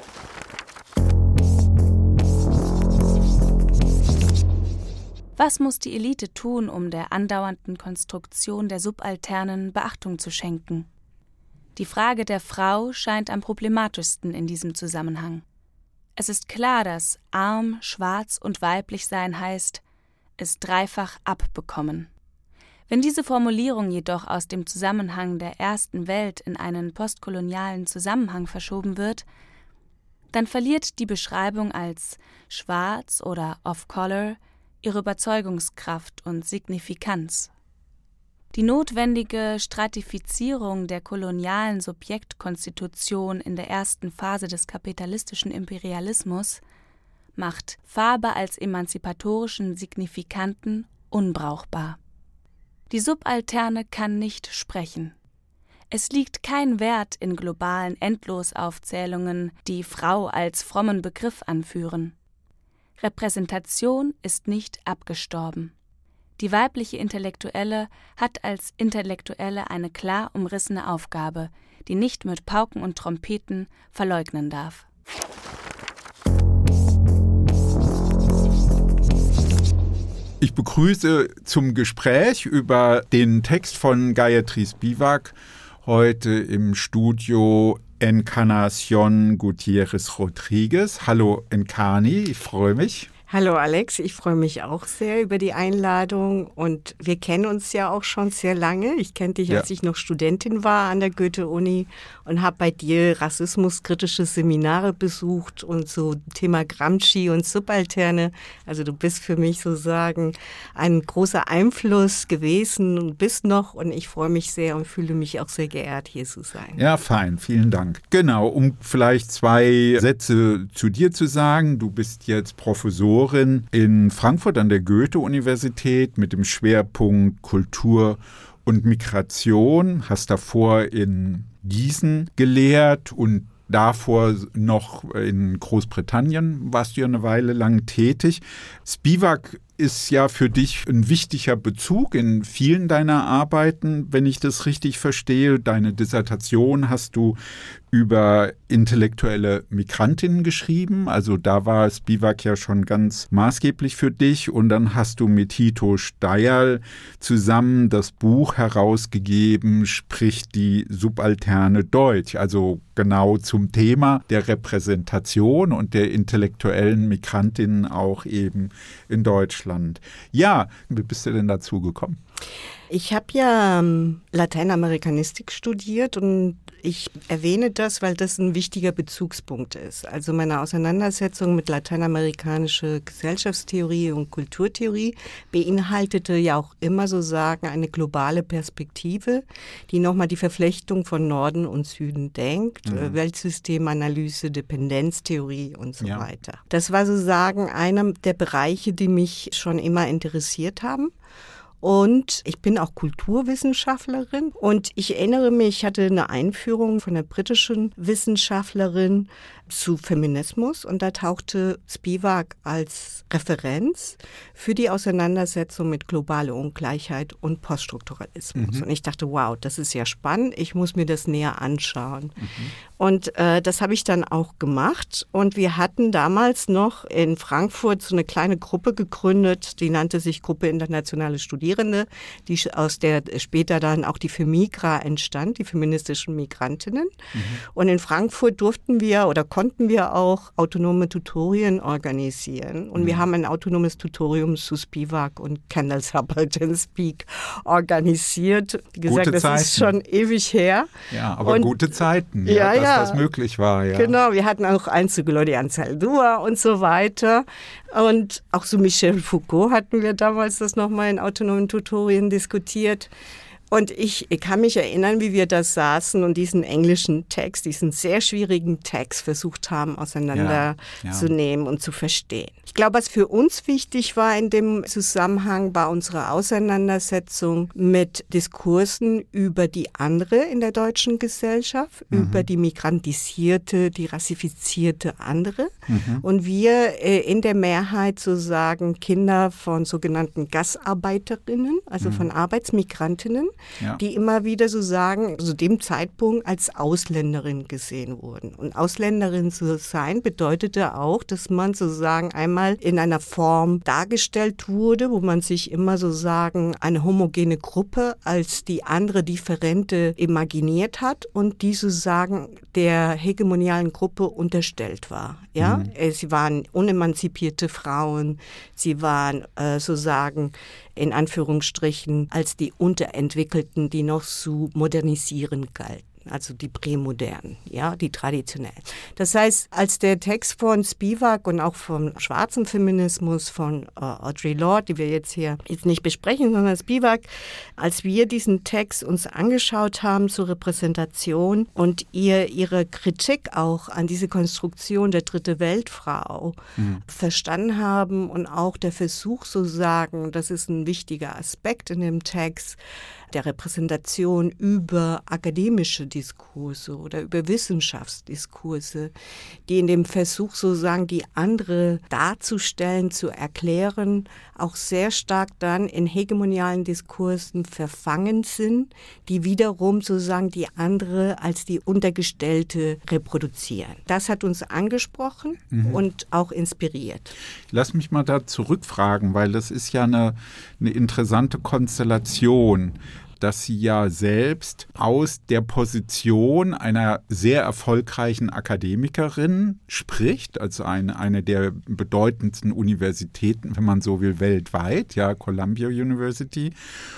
Was muss die Elite tun, um der andauernden Konstruktion der Subalternen Beachtung zu schenken? Die Frage der Frau scheint am problematischsten in diesem Zusammenhang. Es ist klar, dass arm, schwarz und weiblich sein heißt, es dreifach abbekommen. Wenn diese Formulierung jedoch aus dem Zusammenhang der ersten Welt in einen postkolonialen Zusammenhang verschoben wird, dann verliert die Beschreibung als schwarz oder off-color ihre Überzeugungskraft und Signifikanz. Die notwendige Stratifizierung der kolonialen Subjektkonstitution in der ersten Phase des kapitalistischen Imperialismus macht Farbe als emanzipatorischen Signifikanten unbrauchbar. Die Subalterne kann nicht sprechen. Es liegt kein Wert in globalen Endlosaufzählungen, die Frau als frommen Begriff anführen. Repräsentation ist nicht abgestorben. Die weibliche Intellektuelle hat als Intellektuelle eine klar umrissene Aufgabe, die nicht mit Pauken und Trompeten verleugnen darf. Ich begrüße zum Gespräch über den Text von Gayatri Spivak heute im Studio Encarnación Gutiérrez Rodríguez. Hallo Encarni, ich freue mich. Hallo Alex, ich freue mich auch sehr über die Einladung und wir kennen uns ja auch schon sehr lange. Ich kenne dich, als ich noch Studentin war an der Goethe-Uni und habe bei dir rassismuskritische Seminare besucht und so Thema Gramsci und Subalterne. Also du bist für mich sozusagen ein großer Einfluss gewesen und bist noch und ich freue mich sehr und fühle mich auch sehr geehrt, hier zu sein. Ja, fein, vielen Dank. Genau, um vielleicht 2 Sätze zu dir zu sagen. Du bist jetzt Professorin in Frankfurt an der Goethe-Universität mit dem Schwerpunkt Kultur und Migration, hast davor in Gießen gelehrt und davor noch in Großbritannien warst du ja eine Weile lang tätig. Spivak ist ja für dich ein wichtiger Bezug in vielen deiner Arbeiten, wenn ich das richtig verstehe. Deine Dissertation hast du über intellektuelle Migrantinnen geschrieben. Also da war Spivak ja schon ganz maßgeblich für dich. Und dann hast du mit Hito Steyerl zusammen das Buch herausgegeben, Spricht die Subalterne Deutsch. Also genau zum Thema der Repräsentation und der intellektuellen Migrantinnen auch eben in Deutschland. Ja, wie bist du denn dazu gekommen? Ich habe ja Lateinamerikanistik studiert und ich erwähne das, weil das ein wichtiger Bezugspunkt ist. Also meine Auseinandersetzung mit lateinamerikanischer Gesellschaftstheorie und Kulturtheorie beinhaltete ja auch immer sozusagen eine globale Perspektive, die nochmal die Verflechtung von Norden und Süden denkt, Weltsystemanalyse, Dependenztheorie und so weiter. Das war sozusagen einer der Bereiche, die mich schon immer interessiert haben. Und ich bin auch Kulturwissenschaftlerin und ich erinnere mich, ich hatte eine Einführung von einer britischen Wissenschaftlerin zu Feminismus und da tauchte Spivak als Referenz für die Auseinandersetzung mit globaler Ungleichheit und Poststrukturalismus. Und ich dachte, wow, das ist ja spannend, ich muss mir das näher anschauen. Und das habe ich dann auch gemacht und wir hatten damals noch in Frankfurt so eine kleine Gruppe gegründet, die nannte sich Gruppe Internationale Studierende, aus der später dann auch die Femigra entstand, die feministischen Migrantinnen. Und in Frankfurt durften wir oder konnten wir auch autonome Tutorien organisieren. Und wir haben ein autonomes Tutorium zu Spivak und Kendall Subaltern Speak organisiert. Wie gesagt, gute das Zeiten. ist schon ewig her. Ja, aber und, gute Zeiten, dass das möglich war. Ja. Genau, wir hatten auch Einzüge Lodi Anzaldúa und so weiter. Und auch so Michel Foucault hatten wir damals das nochmal in autonomen Tutorien diskutiert. Und ich kann mich erinnern, wie wir da saßen und diesen englischen Text, diesen sehr schwierigen Text versucht haben, auseinanderzunehmen und zu verstehen. Ich glaube, was für uns wichtig war in dem Zusammenhang, war unsere Auseinandersetzung mit Diskursen über die andere in der deutschen Gesellschaft, über die migrantisierte, die rassifizierte andere. Und wir in der Mehrheit sozusagen Kinder von sogenannten Gastarbeiterinnen, also von Arbeitsmigrantinnen, die immer wieder so sagen, zu dem Zeitpunkt als Ausländerin gesehen wurden. Und Ausländerin zu sein bedeutete auch, dass man sozusagen einmal in einer Form dargestellt wurde, wo man sich immer sozusagen eine homogene Gruppe als die andere Differente imaginiert hat und die sozusagen der hegemonialen Gruppe unterstellt war. Ja? Sie waren unemanzipierte Frauen, sie waren sozusagen in Anführungsstrichen als die Unterentwickelten, die noch zu modernisieren galten. Also die prämodernen, ja, die traditionellen. Das heißt, als der Text von Spivak und auch vom schwarzen Feminismus von Audre Lorde, die wir jetzt nicht besprechen, sondern Spivak, als wir diesen Text uns angeschaut haben zur Repräsentation und ihre Kritik auch an diese Konstruktion der dritte Weltfrau verstanden haben und auch der Versuch sozusagen, das ist ein wichtiger Aspekt in dem Text, der Repräsentation über akademische Diskurse oder über Wissenschaftsdiskurse, die in dem Versuch sozusagen die andere darzustellen, zu erklären, auch sehr stark dann in hegemonialen Diskursen verfangen sind, die wiederum sozusagen die andere als die Untergestellte reproduzieren. Das hat uns angesprochen und auch inspiriert. Lass mich mal da zurückfragen, weil das ist ja eine interessante Konstellation, dass sie ja selbst aus der Position einer sehr erfolgreichen Akademikerin spricht, also eine der bedeutendsten Universitäten, wenn man so will, weltweit, ja, Columbia University,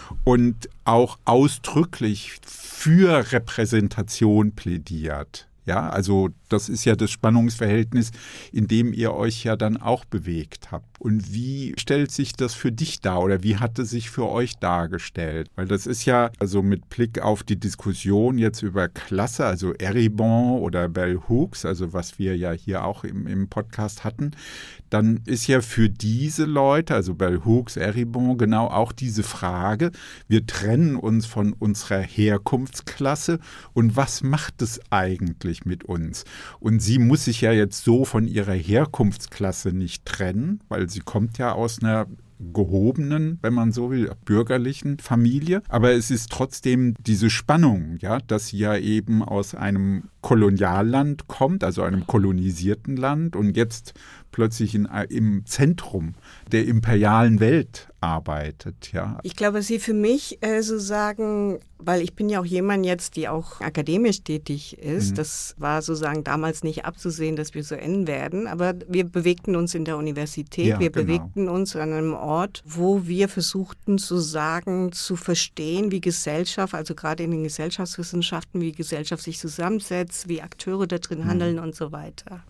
und auch ausdrücklich für Repräsentation plädiert. Ja, also das ist ja das Spannungsverhältnis, in dem ihr euch ja dann auch bewegt habt. Und wie stellt sich das für dich dar oder wie hat es sich für euch dargestellt? Weil das ist ja, also mit Blick auf die Diskussion jetzt über Klasse, also Eribon oder Bell Hooks, also was wir ja hier auch im Podcast hatten, dann ist ja für diese Leute, also Bell Hooks, Eribon, genau auch diese Frage, wir trennen uns von unserer Herkunftsklasse und was macht es eigentlich mit uns? Und sie muss sich ja jetzt so von ihrer Herkunftsklasse nicht trennen, weil sie kommt ja aus einer gehobenen, wenn man so will, bürgerlichen Familie. Aber es ist trotzdem diese Spannung, ja, dass sie ja eben aus einem Kolonialland kommt, also einem kolonisierten Land und jetzt plötzlich im Zentrum der imperialen Welt arbeitet. Ja. Ich glaube, sie für mich sozusagen, weil ich bin ja auch jemand jetzt, die auch akademisch tätig ist, das war sozusagen damals nicht abzusehen, dass wir so enden werden, aber wir bewegten uns in der Universität, wir bewegten uns an einem Ort, wo wir versuchten sozusagen zu verstehen, wie Gesellschaft, also gerade in den Gesellschaftswissenschaften, wie Gesellschaft sich zusammensetzt, wie Akteure da drin handeln und so weiter.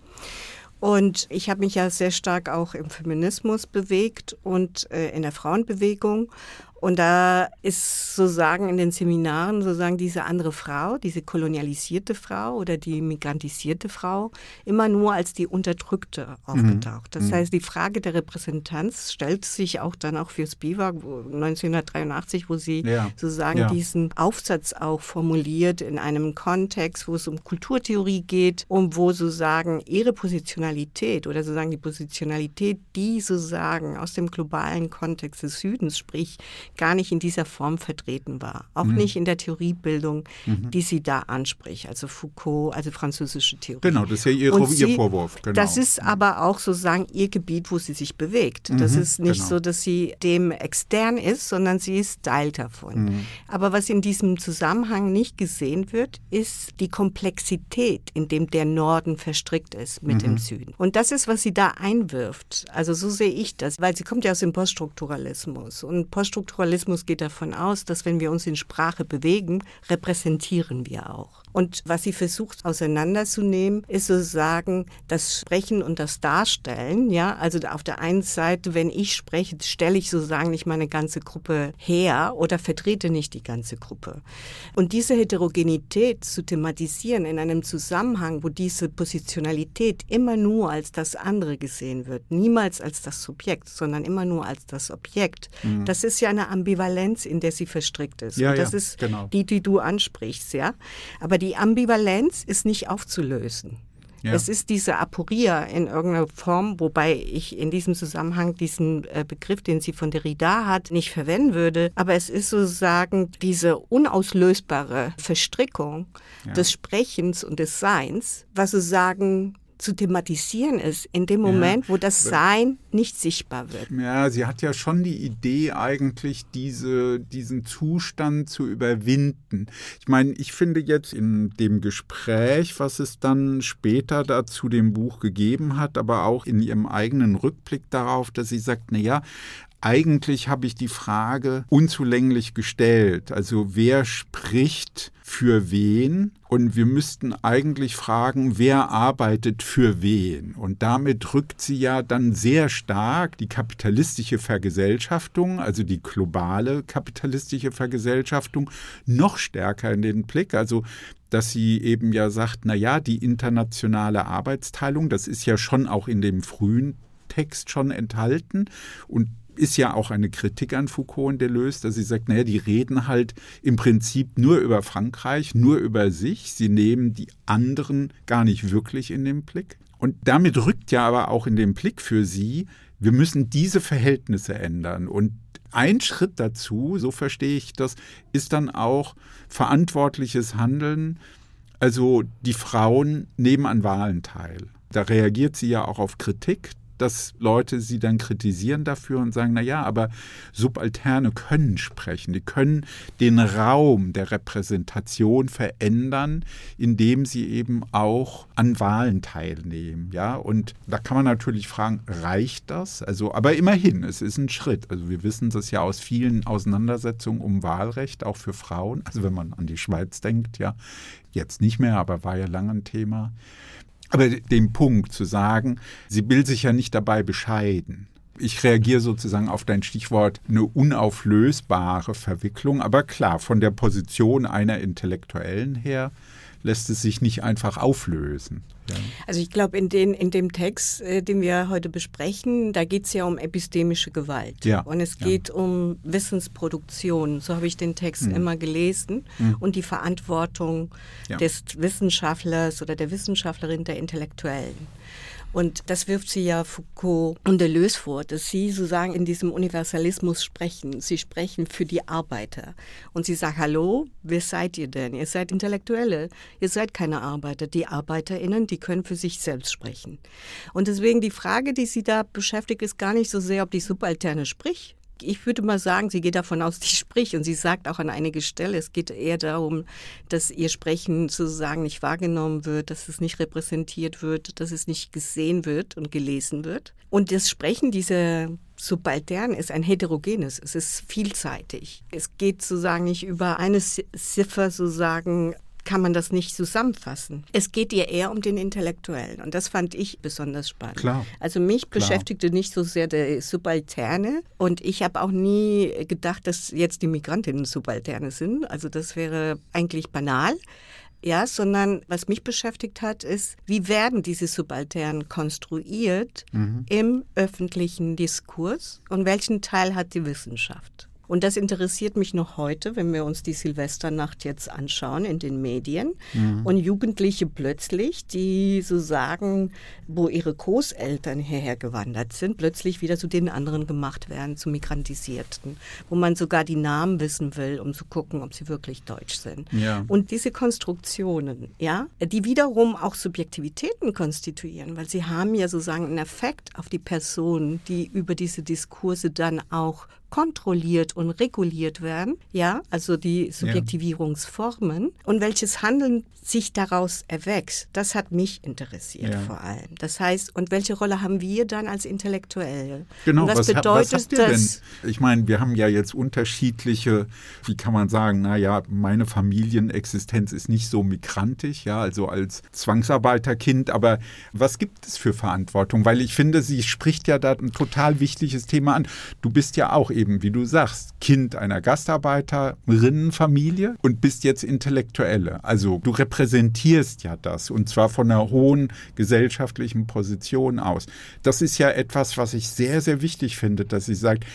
Und ich habe mich ja sehr stark auch im Feminismus bewegt und in der Frauenbewegung. Und da ist sozusagen in den Seminaren sozusagen diese andere Frau, diese kolonialisierte Frau oder die migrantisierte Frau immer nur als die Unterdrückte aufgetaucht. Das heißt, die Frage der Repräsentanz stellt sich auch dann auch für Spivak 1983, wo sie sozusagen diesen Aufsatz auch formuliert in einem Kontext, wo es um Kulturtheorie geht und wo sozusagen ihre Positionalität oder sozusagen die Positionalität, die sozusagen aus dem globalen Kontext des Südens, sprich gar nicht in dieser Form vertreten war. Auch nicht in der Theoriebildung, die sie da anspricht, also Foucault, also französische Theorie. Genau, das ist ja ihr Vorwurf. Genau. Das ist aber auch sozusagen ihr Gebiet, wo sie sich bewegt. Das ist nicht so, dass sie dem extern ist, sondern sie ist Teil davon. Aber was in diesem Zusammenhang nicht gesehen wird, ist die Komplexität, in dem der Norden verstrickt ist mit dem Süden. Und das ist, was sie da einwirft. Also so sehe ich das, weil sie kommt ja aus dem Poststrukturalismus. Und Poststrukturalismus geht davon aus, dass wenn wir uns in Sprache bewegen, repräsentieren wir auch. Und was sie versucht auseinanderzunehmen, ist sozusagen das Sprechen und das Darstellen. Ja, also auf der einen Seite, wenn ich spreche, stelle ich sozusagen nicht meine ganze Gruppe her oder vertrete nicht die ganze Gruppe. Und diese Heterogenität zu thematisieren in einem Zusammenhang, wo diese Positionalität immer nur als das andere gesehen wird, niemals als das Subjekt, sondern immer nur als das Objekt, das ist ja eine Ambivalenz, in der sie verstrickt ist. Ja, und das ist genau die du ansprichst, ja. Aber die Ambivalenz ist nicht aufzulösen. Ja. Es ist diese Aporia in irgendeiner Form, wobei ich in diesem Zusammenhang diesen Begriff, den sie von Derrida hat, nicht verwenden würde. Aber es ist sozusagen diese unauslösbare Verstrickung des Sprechens und des Seins, was sozusagen zu thematisieren ist, in dem Moment, wo das Sein nicht sichtbar wird. Ja, sie hat ja schon die Idee eigentlich, diesen Zustand zu überwinden. Ich meine, ich finde jetzt in dem Gespräch, was es dann später da zu dem Buch gegeben hat, aber auch in ihrem eigenen Rückblick darauf, dass sie sagt, naja, eigentlich habe ich die Frage unzulänglich gestellt. Also wer spricht für wen? Und wir müssten eigentlich fragen, wer arbeitet für wen? Und damit rückt sie ja dann sehr stark die kapitalistische Vergesellschaftung, also die globale kapitalistische Vergesellschaftung, noch stärker in den Blick. Also dass sie eben ja sagt, naja, die internationale Arbeitsteilung, das ist ja schon auch in dem frühen Text schon enthalten und ist ja auch eine Kritik an Foucault und Deleuze, dass sie sagt, naja, die reden halt im Prinzip nur über Frankreich, nur über sich. Sie nehmen die anderen gar nicht wirklich in den Blick. Und damit rückt ja aber auch in den Blick für sie, wir müssen diese Verhältnisse ändern. Und ein Schritt dazu, so verstehe ich das, ist dann auch verantwortliches Handeln. Also die Frauen nehmen an Wahlen teil. Da reagiert sie ja auch auf Kritik, dass Leute sie dann kritisieren dafür und sagen, naja, aber Subalterne können sprechen, die können den Raum der Repräsentation verändern, indem sie eben auch an Wahlen teilnehmen. Ja? Und da kann man natürlich fragen, reicht das? Also, aber immerhin, es ist ein Schritt. Also wir wissen das ja aus vielen Auseinandersetzungen um Wahlrecht, auch für Frauen. Also wenn man an die Schweiz denkt, ja, jetzt nicht mehr, aber war ja lange ein Thema. Aber den Punkt zu sagen, sie will sich ja nicht dabei bescheiden. Ich reagiere sozusagen auf dein Stichwort, eine unauflösbare Verwicklung. Aber klar, von der Position einer Intellektuellen her lässt es sich nicht einfach auflösen. Ja. Also ich glaube, in dem Text, den wir heute besprechen, da geht es ja um epistemische Gewalt. Ja. Und es geht um Wissensproduktion. So habe ich den Text immer gelesen. Und die Verantwortung des Wissenschaftlers oder der Wissenschaftlerin, der Intellektuellen. Und das wirft sie ja Foucault und Deleuze vor, dass sie sozusagen in diesem Universalismus sprechen. Sie sprechen für die Arbeiter. Und sie sagt, hallo, wer seid ihr denn? Ihr seid Intellektuelle. Ihr seid keine Arbeiter. Die ArbeiterInnen, die können für sich selbst sprechen. Und deswegen die Frage, die sie da beschäftigt, ist gar nicht so sehr, ob die Subalterne spricht. Ich würde mal sagen, sie geht davon aus, die spricht. Und sie sagt auch an einiger Stelle, es geht eher darum, dass ihr Sprechen sozusagen nicht wahrgenommen wird, dass es nicht repräsentiert wird, dass es nicht gesehen wird und gelesen wird. Und das Sprechen dieser Subaltern ist ein heterogenes, es ist vielseitig. Es geht sozusagen nicht über eine Ziffer sozusagen, kann man das nicht zusammenfassen. Es geht ihr eher um den Intellektuellen und das fand ich besonders spannend. Klar. Also mich beschäftigte nicht so sehr der Subalterne und ich habe auch nie gedacht, dass jetzt die Migrantinnen Subalterne sind. Also das wäre eigentlich banal. Ja, sondern was mich beschäftigt hat, ist, wie werden diese Subalternen konstruiert im öffentlichen Diskurs und welchen Teil hat die Wissenschaft? Und das interessiert mich noch heute, wenn wir uns die Silvesternacht jetzt anschauen in den Medien. Und Jugendliche plötzlich, die so sagen, wo ihre Großeltern hierher gewandert sind, plötzlich wieder zu den anderen gemacht werden, zu Migrantisierten. Wo man sogar die Namen wissen will, um zu gucken, ob sie wirklich deutsch sind. Ja. Und diese Konstruktionen, ja, die wiederum auch Subjektivitäten konstituieren, weil sie haben ja sozusagen einen Effekt auf die Personen, die über diese Diskurse dann auch kontrolliert und reguliert werden, ja, also die Subjektivierungsformen und welches Handeln sich daraus erwächst, das hat mich interessiert vor allem. Das heißt, und welche Rolle haben wir dann als Intellektuelle? Genau, und was habt ihr denn? Ich meine, wir haben ja jetzt unterschiedliche, wie kann man sagen, meine Familienexistenz ist nicht so migrantisch, ja, also als Zwangsarbeiterkind, aber was gibt es für Verantwortung? Weil ich finde, sie spricht ja da ein total wichtiges Thema an. Du bist ja auch eben, wie du sagst, Kind einer Gastarbeiterinnenfamilie und bist jetzt Intellektuelle. Also du repräsentierst ja das und zwar von einer hohen gesellschaftlichen Position aus. Das ist ja etwas, was ich sehr, sehr wichtig finde, dass sie sagt,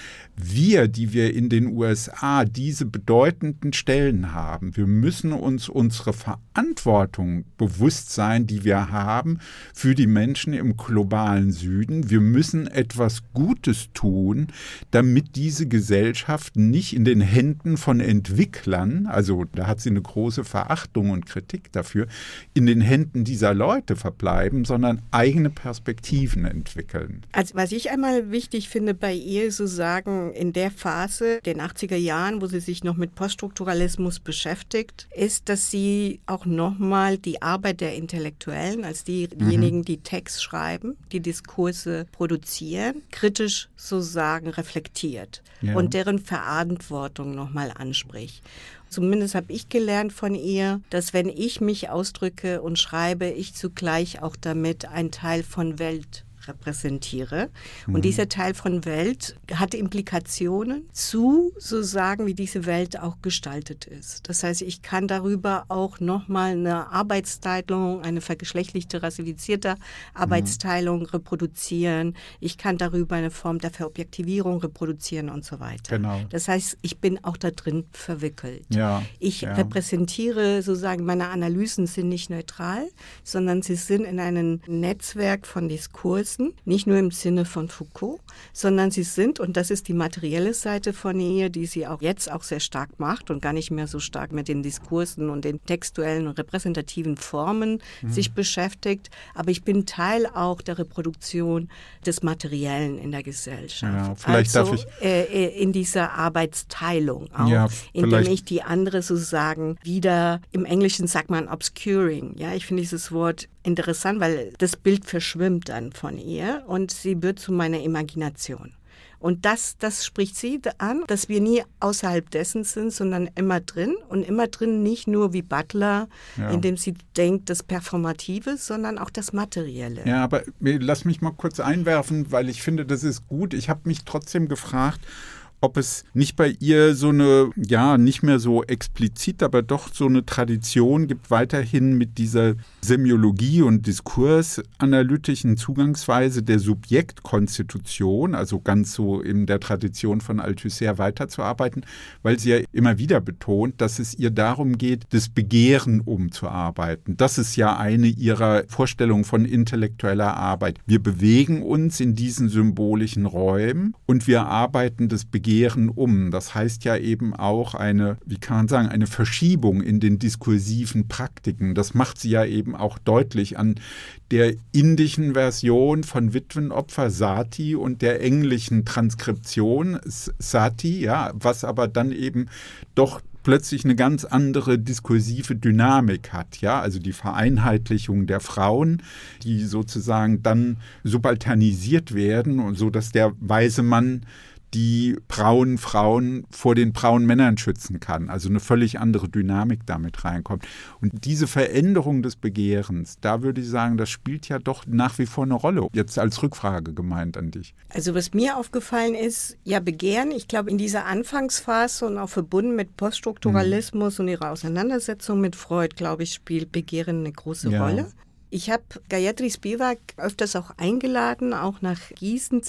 die wir in den USA diese bedeutenden Stellen haben, wir müssen uns unsere Verantwortung bewusst sein, die wir haben für die Menschen im globalen Süden. Wir müssen etwas Gutes tun, damit diese Gesellschaft nicht in den Händen von Entwicklern, also da hat sie eine große Verachtung und Kritik dafür, in den Händen dieser Leute verbleiben, sondern eigene Perspektiven entwickeln. Also was ich einmal wichtig finde bei ihr, so sagen, in der Phase, den 80er Jahren, wo sie sich noch mit Poststrukturalismus beschäftigt, ist, dass sie auch nochmal die Arbeit der Intellektuellen, als diejenigen, die Text schreiben, die Diskurse produzieren, kritisch sozusagen reflektiert und deren Verantwortung nochmal anspricht. Zumindest habe ich gelernt von ihr, dass wenn ich mich ausdrücke und schreibe, ich zugleich auch damit einen Teil von Welt repräsentiere. Und dieser Teil von Welt hat Implikationen zu, so sagen, wie diese Welt auch gestaltet ist. Das heißt, ich kann darüber auch nochmal eine Arbeitsteilung, eine vergeschlechtlichte, rassifizierte Arbeitsteilung reproduzieren. Ich kann darüber eine Form der Verobjektivierung reproduzieren und so weiter. Genau. Das heißt, ich bin auch da drin verwickelt. Ich repräsentiere, sozusagen, meine Analysen sind nicht neutral, sondern sie sind in einem Netzwerk von Diskursen, nicht nur im Sinne von Foucault, sondern sie sind, und das ist die materielle Seite von ihr, die sie auch jetzt auch sehr stark macht und gar nicht mehr so stark mit den Diskursen und den textuellen und repräsentativen Formen sich beschäftigt, aber ich bin Teil auch der Reproduktion des Materiellen in der Gesellschaft. Ja, vielleicht also darf ich in dieser Arbeitsteilung auch, indem ich die andere sozusagen wieder, im Englischen sagt man obscuring, ja, ich finde dieses Wort interessant, weil das Bild verschwimmt dann von ihr und sie wird zu meiner Imagination. Und das spricht sie an, dass wir nie außerhalb dessen sind, sondern immer drin. Und immer drin nicht nur wie Butler, indem sie denkt, das Performative, sondern auch das Materielle. Ja, aber lass mich mal kurz einwerfen, weil ich finde, das ist gut. Ich habe mich trotzdem gefragt, ob es nicht bei ihr so eine, nicht mehr so explizit, aber doch so eine Tradition gibt, weiterhin mit dieser Semiologie und diskursanalytischen Zugangsweise der Subjektkonstitution, also ganz so in der Tradition von Althusser weiterzuarbeiten, weil sie ja immer wieder betont, dass es ihr darum geht, das Begehren umzuarbeiten. Das ist ja eine ihrer Vorstellungen von intellektueller Arbeit. Wir bewegen uns in diesen symbolischen Räumen und wir arbeiten das Begehren um. Das heißt ja eben auch eine Verschiebung in den diskursiven Praktiken. Das macht sie ja eben auch deutlich an der indischen Version von Witwenopfer Sati und der englischen Transkription Sati, was aber dann eben doch plötzlich eine ganz andere diskursive Dynamik hat, also die Vereinheitlichung der Frauen, die sozusagen dann subalternisiert werden und so, dass der weise Mann die braunen Frauen vor den braunen Männern schützen kann. Also eine völlig andere Dynamik damit reinkommt. Und diese Veränderung des Begehrens, da würde ich sagen, das spielt ja doch nach wie vor eine Rolle. Jetzt als Rückfrage gemeint an dich. Also was mir aufgefallen ist, Begehren, ich glaube in dieser Anfangsphase und auch verbunden mit Poststrukturalismus und ihrer Auseinandersetzung mit Freud, glaube ich, spielt Begehren eine große Rolle. Ich habe Gayatri Spivak öfters auch eingeladen, auch nach Gießen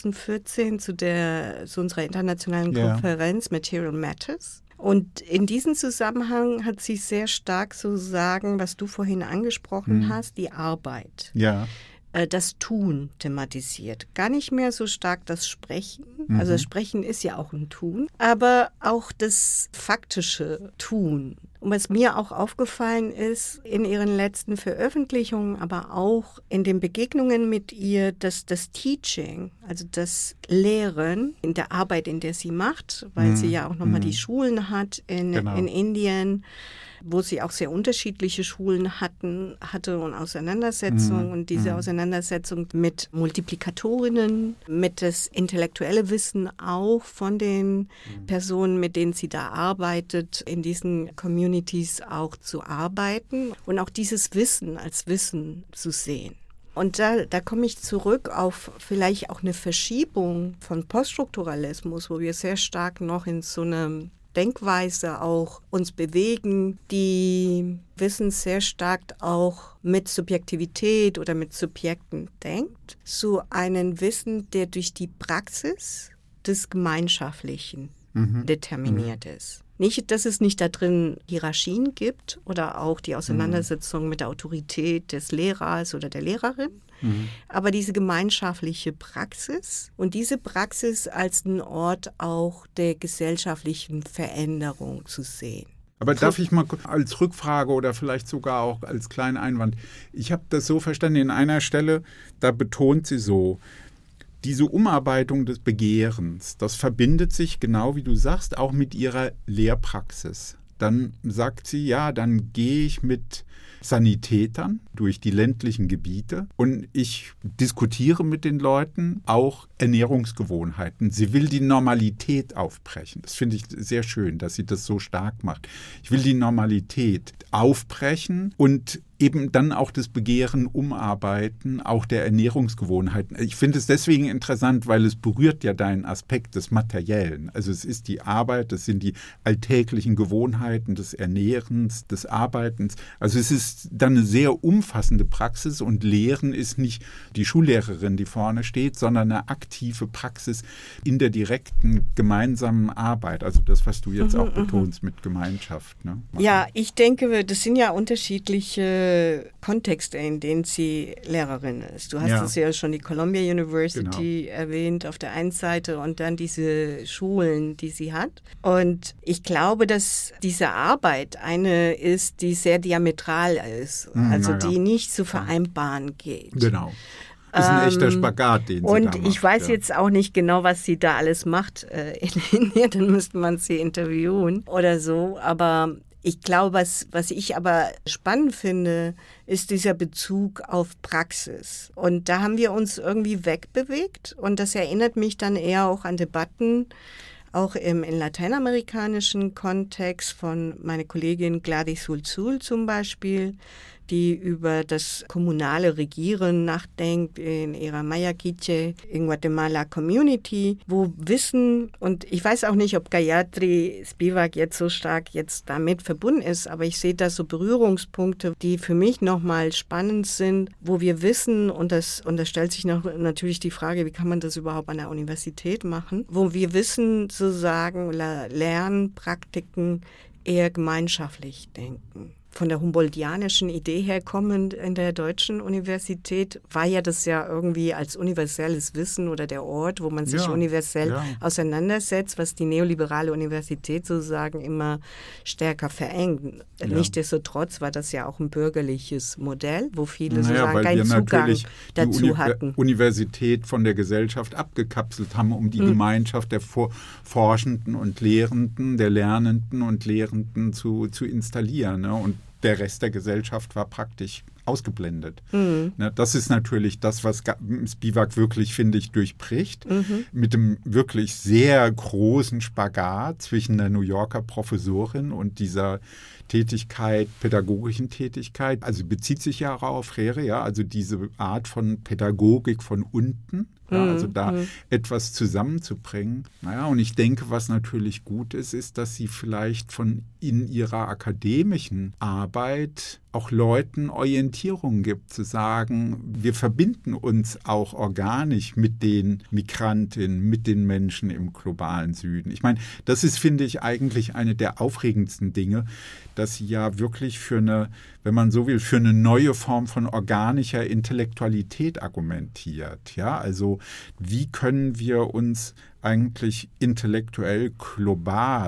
2014 zu unserer internationalen Konferenz Material Matters. Und in diesem Zusammenhang hat sie sehr stark sozusagen, was du vorhin angesprochen hast, die Arbeit. Das Tun thematisiert. Gar nicht mehr so stark das Sprechen. Also das Sprechen ist ja auch ein Tun. Aber auch das faktische Tun. Und was mir auch aufgefallen ist in ihren letzten Veröffentlichungen, aber auch in den Begegnungen mit ihr, dass das Teaching, also das Lehren in der Arbeit, in der sie macht, weil sie ja auch nochmal die Schulen hat in Indien, wo sie auch sehr unterschiedliche Schulen hatte und Auseinandersetzungen. Und diese Auseinandersetzung mit Multiplikatorinnen, mit das intellektuelle Wissen auch von den Personen, mit denen sie da arbeitet, in diesen Communities auch zu arbeiten und auch dieses Wissen als Wissen zu sehen. Und da komme ich zurück auf vielleicht auch eine Verschiebung von Poststrukturalismus, wo wir sehr stark noch in so einem Denkweise auch uns bewegen, die Wissen sehr stark auch mit Subjektivität oder mit Subjekten denkt, zu einem Wissen, der durch die Praxis des Gemeinschaftlichen determiniert ist. Nicht, dass es nicht da drin Hierarchien gibt oder auch die Auseinandersetzung mit der Autorität des Lehrers oder der Lehrerin, aber diese gemeinschaftliche Praxis und diese Praxis als ein Ort auch der gesellschaftlichen Veränderung zu sehen. Aber darf ich mal als Rückfrage oder vielleicht sogar auch als kleinen Einwand, ich habe das so verstanden, in einer Stelle, da betont sie so, diese Umarbeitung des Begehrens, das verbindet sich, genau wie du sagst, auch mit ihrer Lehrpraxis. Dann sagt sie, ja, dann gehe ich mit Sanitätern durch die ländlichen Gebiete und ich diskutiere mit den Leuten auch Ernährungsgewohnheiten. Sie will die Normalität aufbrechen. Das finde ich sehr schön, dass sie das so stark macht. Ich will die Normalität aufbrechen und eben dann auch das Begehren umarbeiten, auch der Ernährungsgewohnheiten. Ich finde es deswegen interessant, weil es berührt ja deinen Aspekt des Materiellen. Also es ist die Arbeit, das sind die alltäglichen Gewohnheiten des Ernährens, des Arbeitens. Also es ist dann eine sehr umfassende Praxis und Lehren ist nicht die Schullehrerin, die vorne steht, sondern eine aktive Praxis in der direkten gemeinsamen Arbeit. Also das, was du jetzt auch betonst mit Gemeinschaft. Ne? Ja, ich denke, das sind ja unterschiedliche Kontexte, in denen sie Lehrerin ist. Du hast es ja schon die Columbia University erwähnt auf der einen Seite und dann diese Schulen, die sie hat. Und ich glaube, dass diese Arbeit eine ist, die sehr diametral ist, also die nicht zu vereinbaren geht. Genau. Das ist ein echter Spagat, den sie und da macht. Ich weiß jetzt auch nicht genau, was sie da alles macht in Indien, dann müsste man sie interviewen oder so, aber ich glaube, was ich aber spannend finde, ist dieser Bezug auf Praxis. Und da haben wir uns irgendwie wegbewegt und das erinnert mich dann eher auch an Debatten, auch im lateinamerikanischen Kontext von meiner Kollegin Gladys Hulzul zum Beispiel, die über das kommunale Regieren nachdenkt in ihrer Maya Quiche in Guatemala Community, wo Wissen, und ich weiß auch nicht, ob Gayatri Spivak jetzt so stark jetzt damit verbunden ist, aber ich sehe da so Berührungspunkte, die für mich nochmal spannend sind, wo wir wissen, und da stellt sich natürlich die Frage, wie kann man das überhaupt an der Universität machen, wo wir Wissen sozusagen, Lernpraktiken eher gemeinschaftlich denken. Von der Humboldtianischen Idee her kommend in der deutschen Universität war ja das ja irgendwie als universelles Wissen oder der Ort, wo man sich universell auseinandersetzt, was die neoliberale Universität sozusagen immer stärker verengt. Ja. Nichtsdestotrotz war das ja auch ein bürgerliches Modell, wo viele sozusagen keinen Zugang dazu hatten. Die Universität von der Gesellschaft abgekapselt haben, um die Gemeinschaft der Forschenden und Lehrenden, der Lernenden und Lehrenden zu installieren. Ne? Und der Rest der Gesellschaft war praktisch ausgeblendet. Das ist natürlich das, was Spivak wirklich, finde ich, durchbricht. Mit dem wirklich sehr großen Spagat zwischen der New Yorker Professorin und dieser Tätigkeit, pädagogischen Tätigkeit. Also bezieht sich ja auch auf Freire, also diese Art von Pädagogik von unten. Ja, also da etwas zusammenzubringen. Und ich denke, was natürlich gut ist, ist, dass sie vielleicht in ihrer akademischen Arbeit auch Leuten Orientierung gibt, zu sagen, wir verbinden uns auch organisch mit den Migrantinnen, mit den Menschen im globalen Süden. Ich meine, das ist, finde ich, eigentlich eine der aufregendsten Dinge, dass sie ja wirklich für eine, wenn man so will, für eine neue Form von organischer Intellektualität argumentiert. Ja, also wie können wir uns eigentlich intellektuell global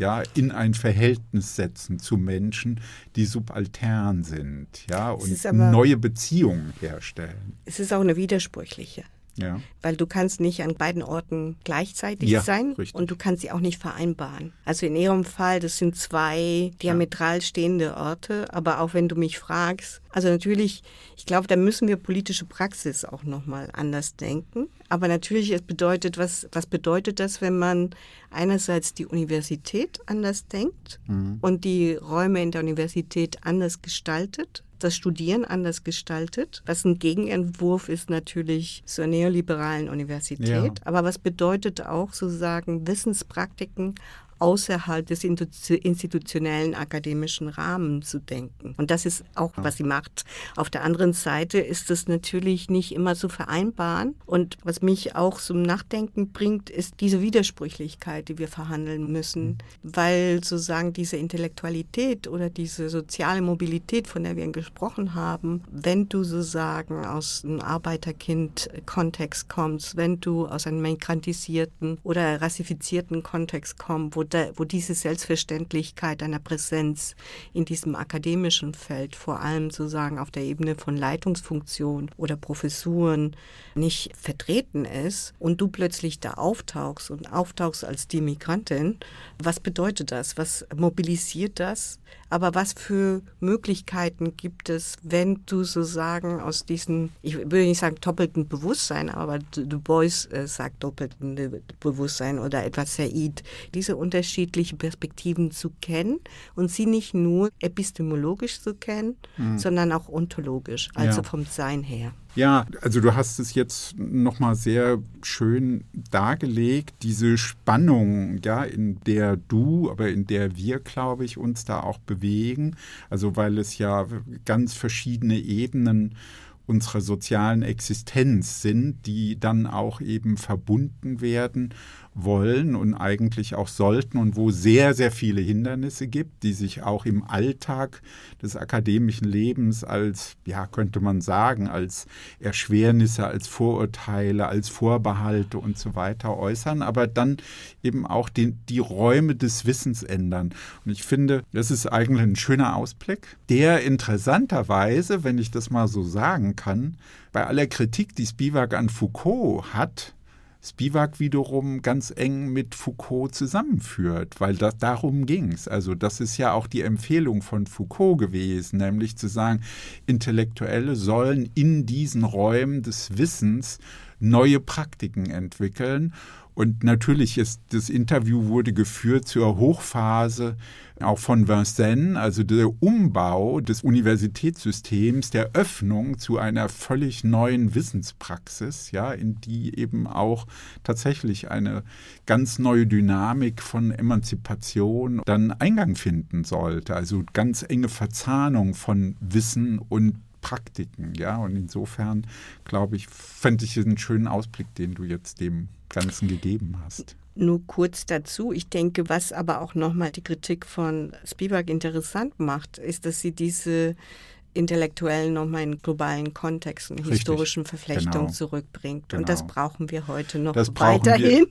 ja, in ein Verhältnis setzen zu Menschen, die subaltern sind, ja, und neue Beziehungen herstellen. Es ist auch eine widersprüchliche. Ja. Weil du kannst nicht an beiden Orten gleichzeitig sein richtig. Und du kannst sie auch nicht vereinbaren. Also in ihrem Fall, das sind zwei diametral stehende Orte, aber auch wenn du mich fragst, also natürlich, ich glaube, da müssen wir politische Praxis auch nochmal anders denken. Aber natürlich, es bedeutet, was bedeutet das, wenn man einerseits die Universität anders denkt und die Räume in der Universität anders gestaltet? Das Studieren anders gestaltet. Was ein Gegenentwurf ist natürlich zur neoliberalen Universität. Ja. Aber was bedeutet auch sozusagen Wissenspraktiken außerhalb des institutionellen akademischen Rahmens zu denken. Und das ist auch, was sie macht. Auf der anderen Seite ist es natürlich nicht immer zu vereinbaren. Und was mich auch zum Nachdenken bringt, ist diese Widersprüchlichkeit, die wir verhandeln müssen. Weil sozusagen diese Intellektualität oder diese soziale Mobilität, von der wir gesprochen haben, wenn du sozusagen aus einem Arbeiterkind-Kontext kommst, wenn du aus einem migrantisierten oder rassifizierten Kontext kommst, wo diese Selbstverständlichkeit einer Präsenz in diesem akademischen Feld, vor allem sozusagen auf der Ebene von Leitungsfunktionen oder Professuren, nicht vertreten ist und du plötzlich da auftauchst als die Migrantin, was bedeutet das? Was mobilisiert das? Aber was für Möglichkeiten gibt es, wenn du sozusagen aus diesem, ich würde nicht sagen doppelten Bewusstsein, aber Du Bois sagt doppelten Bewusstsein oder etwas Said, diese unterschiedlichen Perspektiven zu kennen und sie nicht nur epistemologisch zu kennen, sondern auch ontologisch, also vom Sein her. Ja, also du hast es jetzt nochmal sehr schön dargelegt, diese Spannung, ja, in der du, aber in der wir, glaube ich, uns da auch bewegen. Also weil es ja ganz verschiedene Ebenen unserer sozialen Existenz sind, die dann auch eben verbunden werden wollen und eigentlich auch sollten und wo sehr, sehr viele Hindernisse gibt, die sich auch im Alltag des akademischen Lebens als, ja, könnte man sagen, als Erschwernisse, als Vorurteile, als Vorbehalte und so weiter äußern, aber dann eben auch die Räume des Wissens ändern. Und ich finde, das ist eigentlich ein schöner Ausblick, der interessanterweise, wenn ich das mal so sagen kann, bei aller Kritik, die Spivak an Foucault hat, Spivak wiederum ganz eng mit Foucault zusammenführt, weil darum ging es. Also das ist ja auch die Empfehlung von Foucault gewesen, nämlich zu sagen, Intellektuelle sollen in diesen Räumen des Wissens neue Praktiken entwickeln. Und natürlich das Interview wurde geführt zur Hochphase auch von Vincennes, also der Umbau des Universitätssystems, der Öffnung zu einer völlig neuen Wissenspraxis, ja, in die eben auch tatsächlich eine ganz neue Dynamik von Emanzipation dann Eingang finden sollte. Also ganz enge Verzahnung von Wissen und Praktiken, ja, und insofern, glaube ich, fände ich einen schönen Ausblick, den du jetzt dem Ganzen gegeben hast. Nur kurz dazu, ich denke, was aber auch nochmal die Kritik von Spivak interessant macht, ist, dass sie diese Intellektuellen nochmal in globalen Kontext und historischen Verflechtungen zurückbringt. Genau. Und das brauchen wir heute noch weiterhin.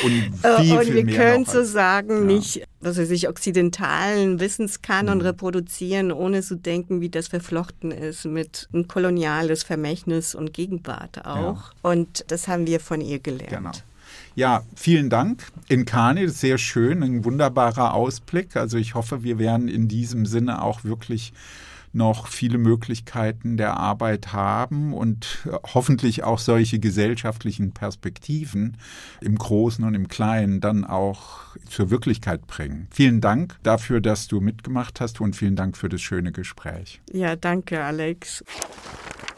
Und wir können sozusagen nicht, was weiß ich, okzidentalen Wissenskanon reproduzieren, ohne zu denken, wie das verflochten ist mit ein koloniales Vermächtnis und Gegenwart auch. Ja. Und das haben wir von ihr gelernt. Genau. Ja, vielen Dank. Inkani, das ist sehr schön, ein wunderbarer Ausblick. Also ich hoffe, wir werden in diesem Sinne auch wirklich noch viele Möglichkeiten der Arbeit haben und hoffentlich auch solche gesellschaftlichen Perspektiven im Großen und im Kleinen dann auch zur Wirklichkeit bringen. Vielen Dank dafür, dass du mitgemacht hast und vielen Dank für das schöne Gespräch. Ja, danke, Alex.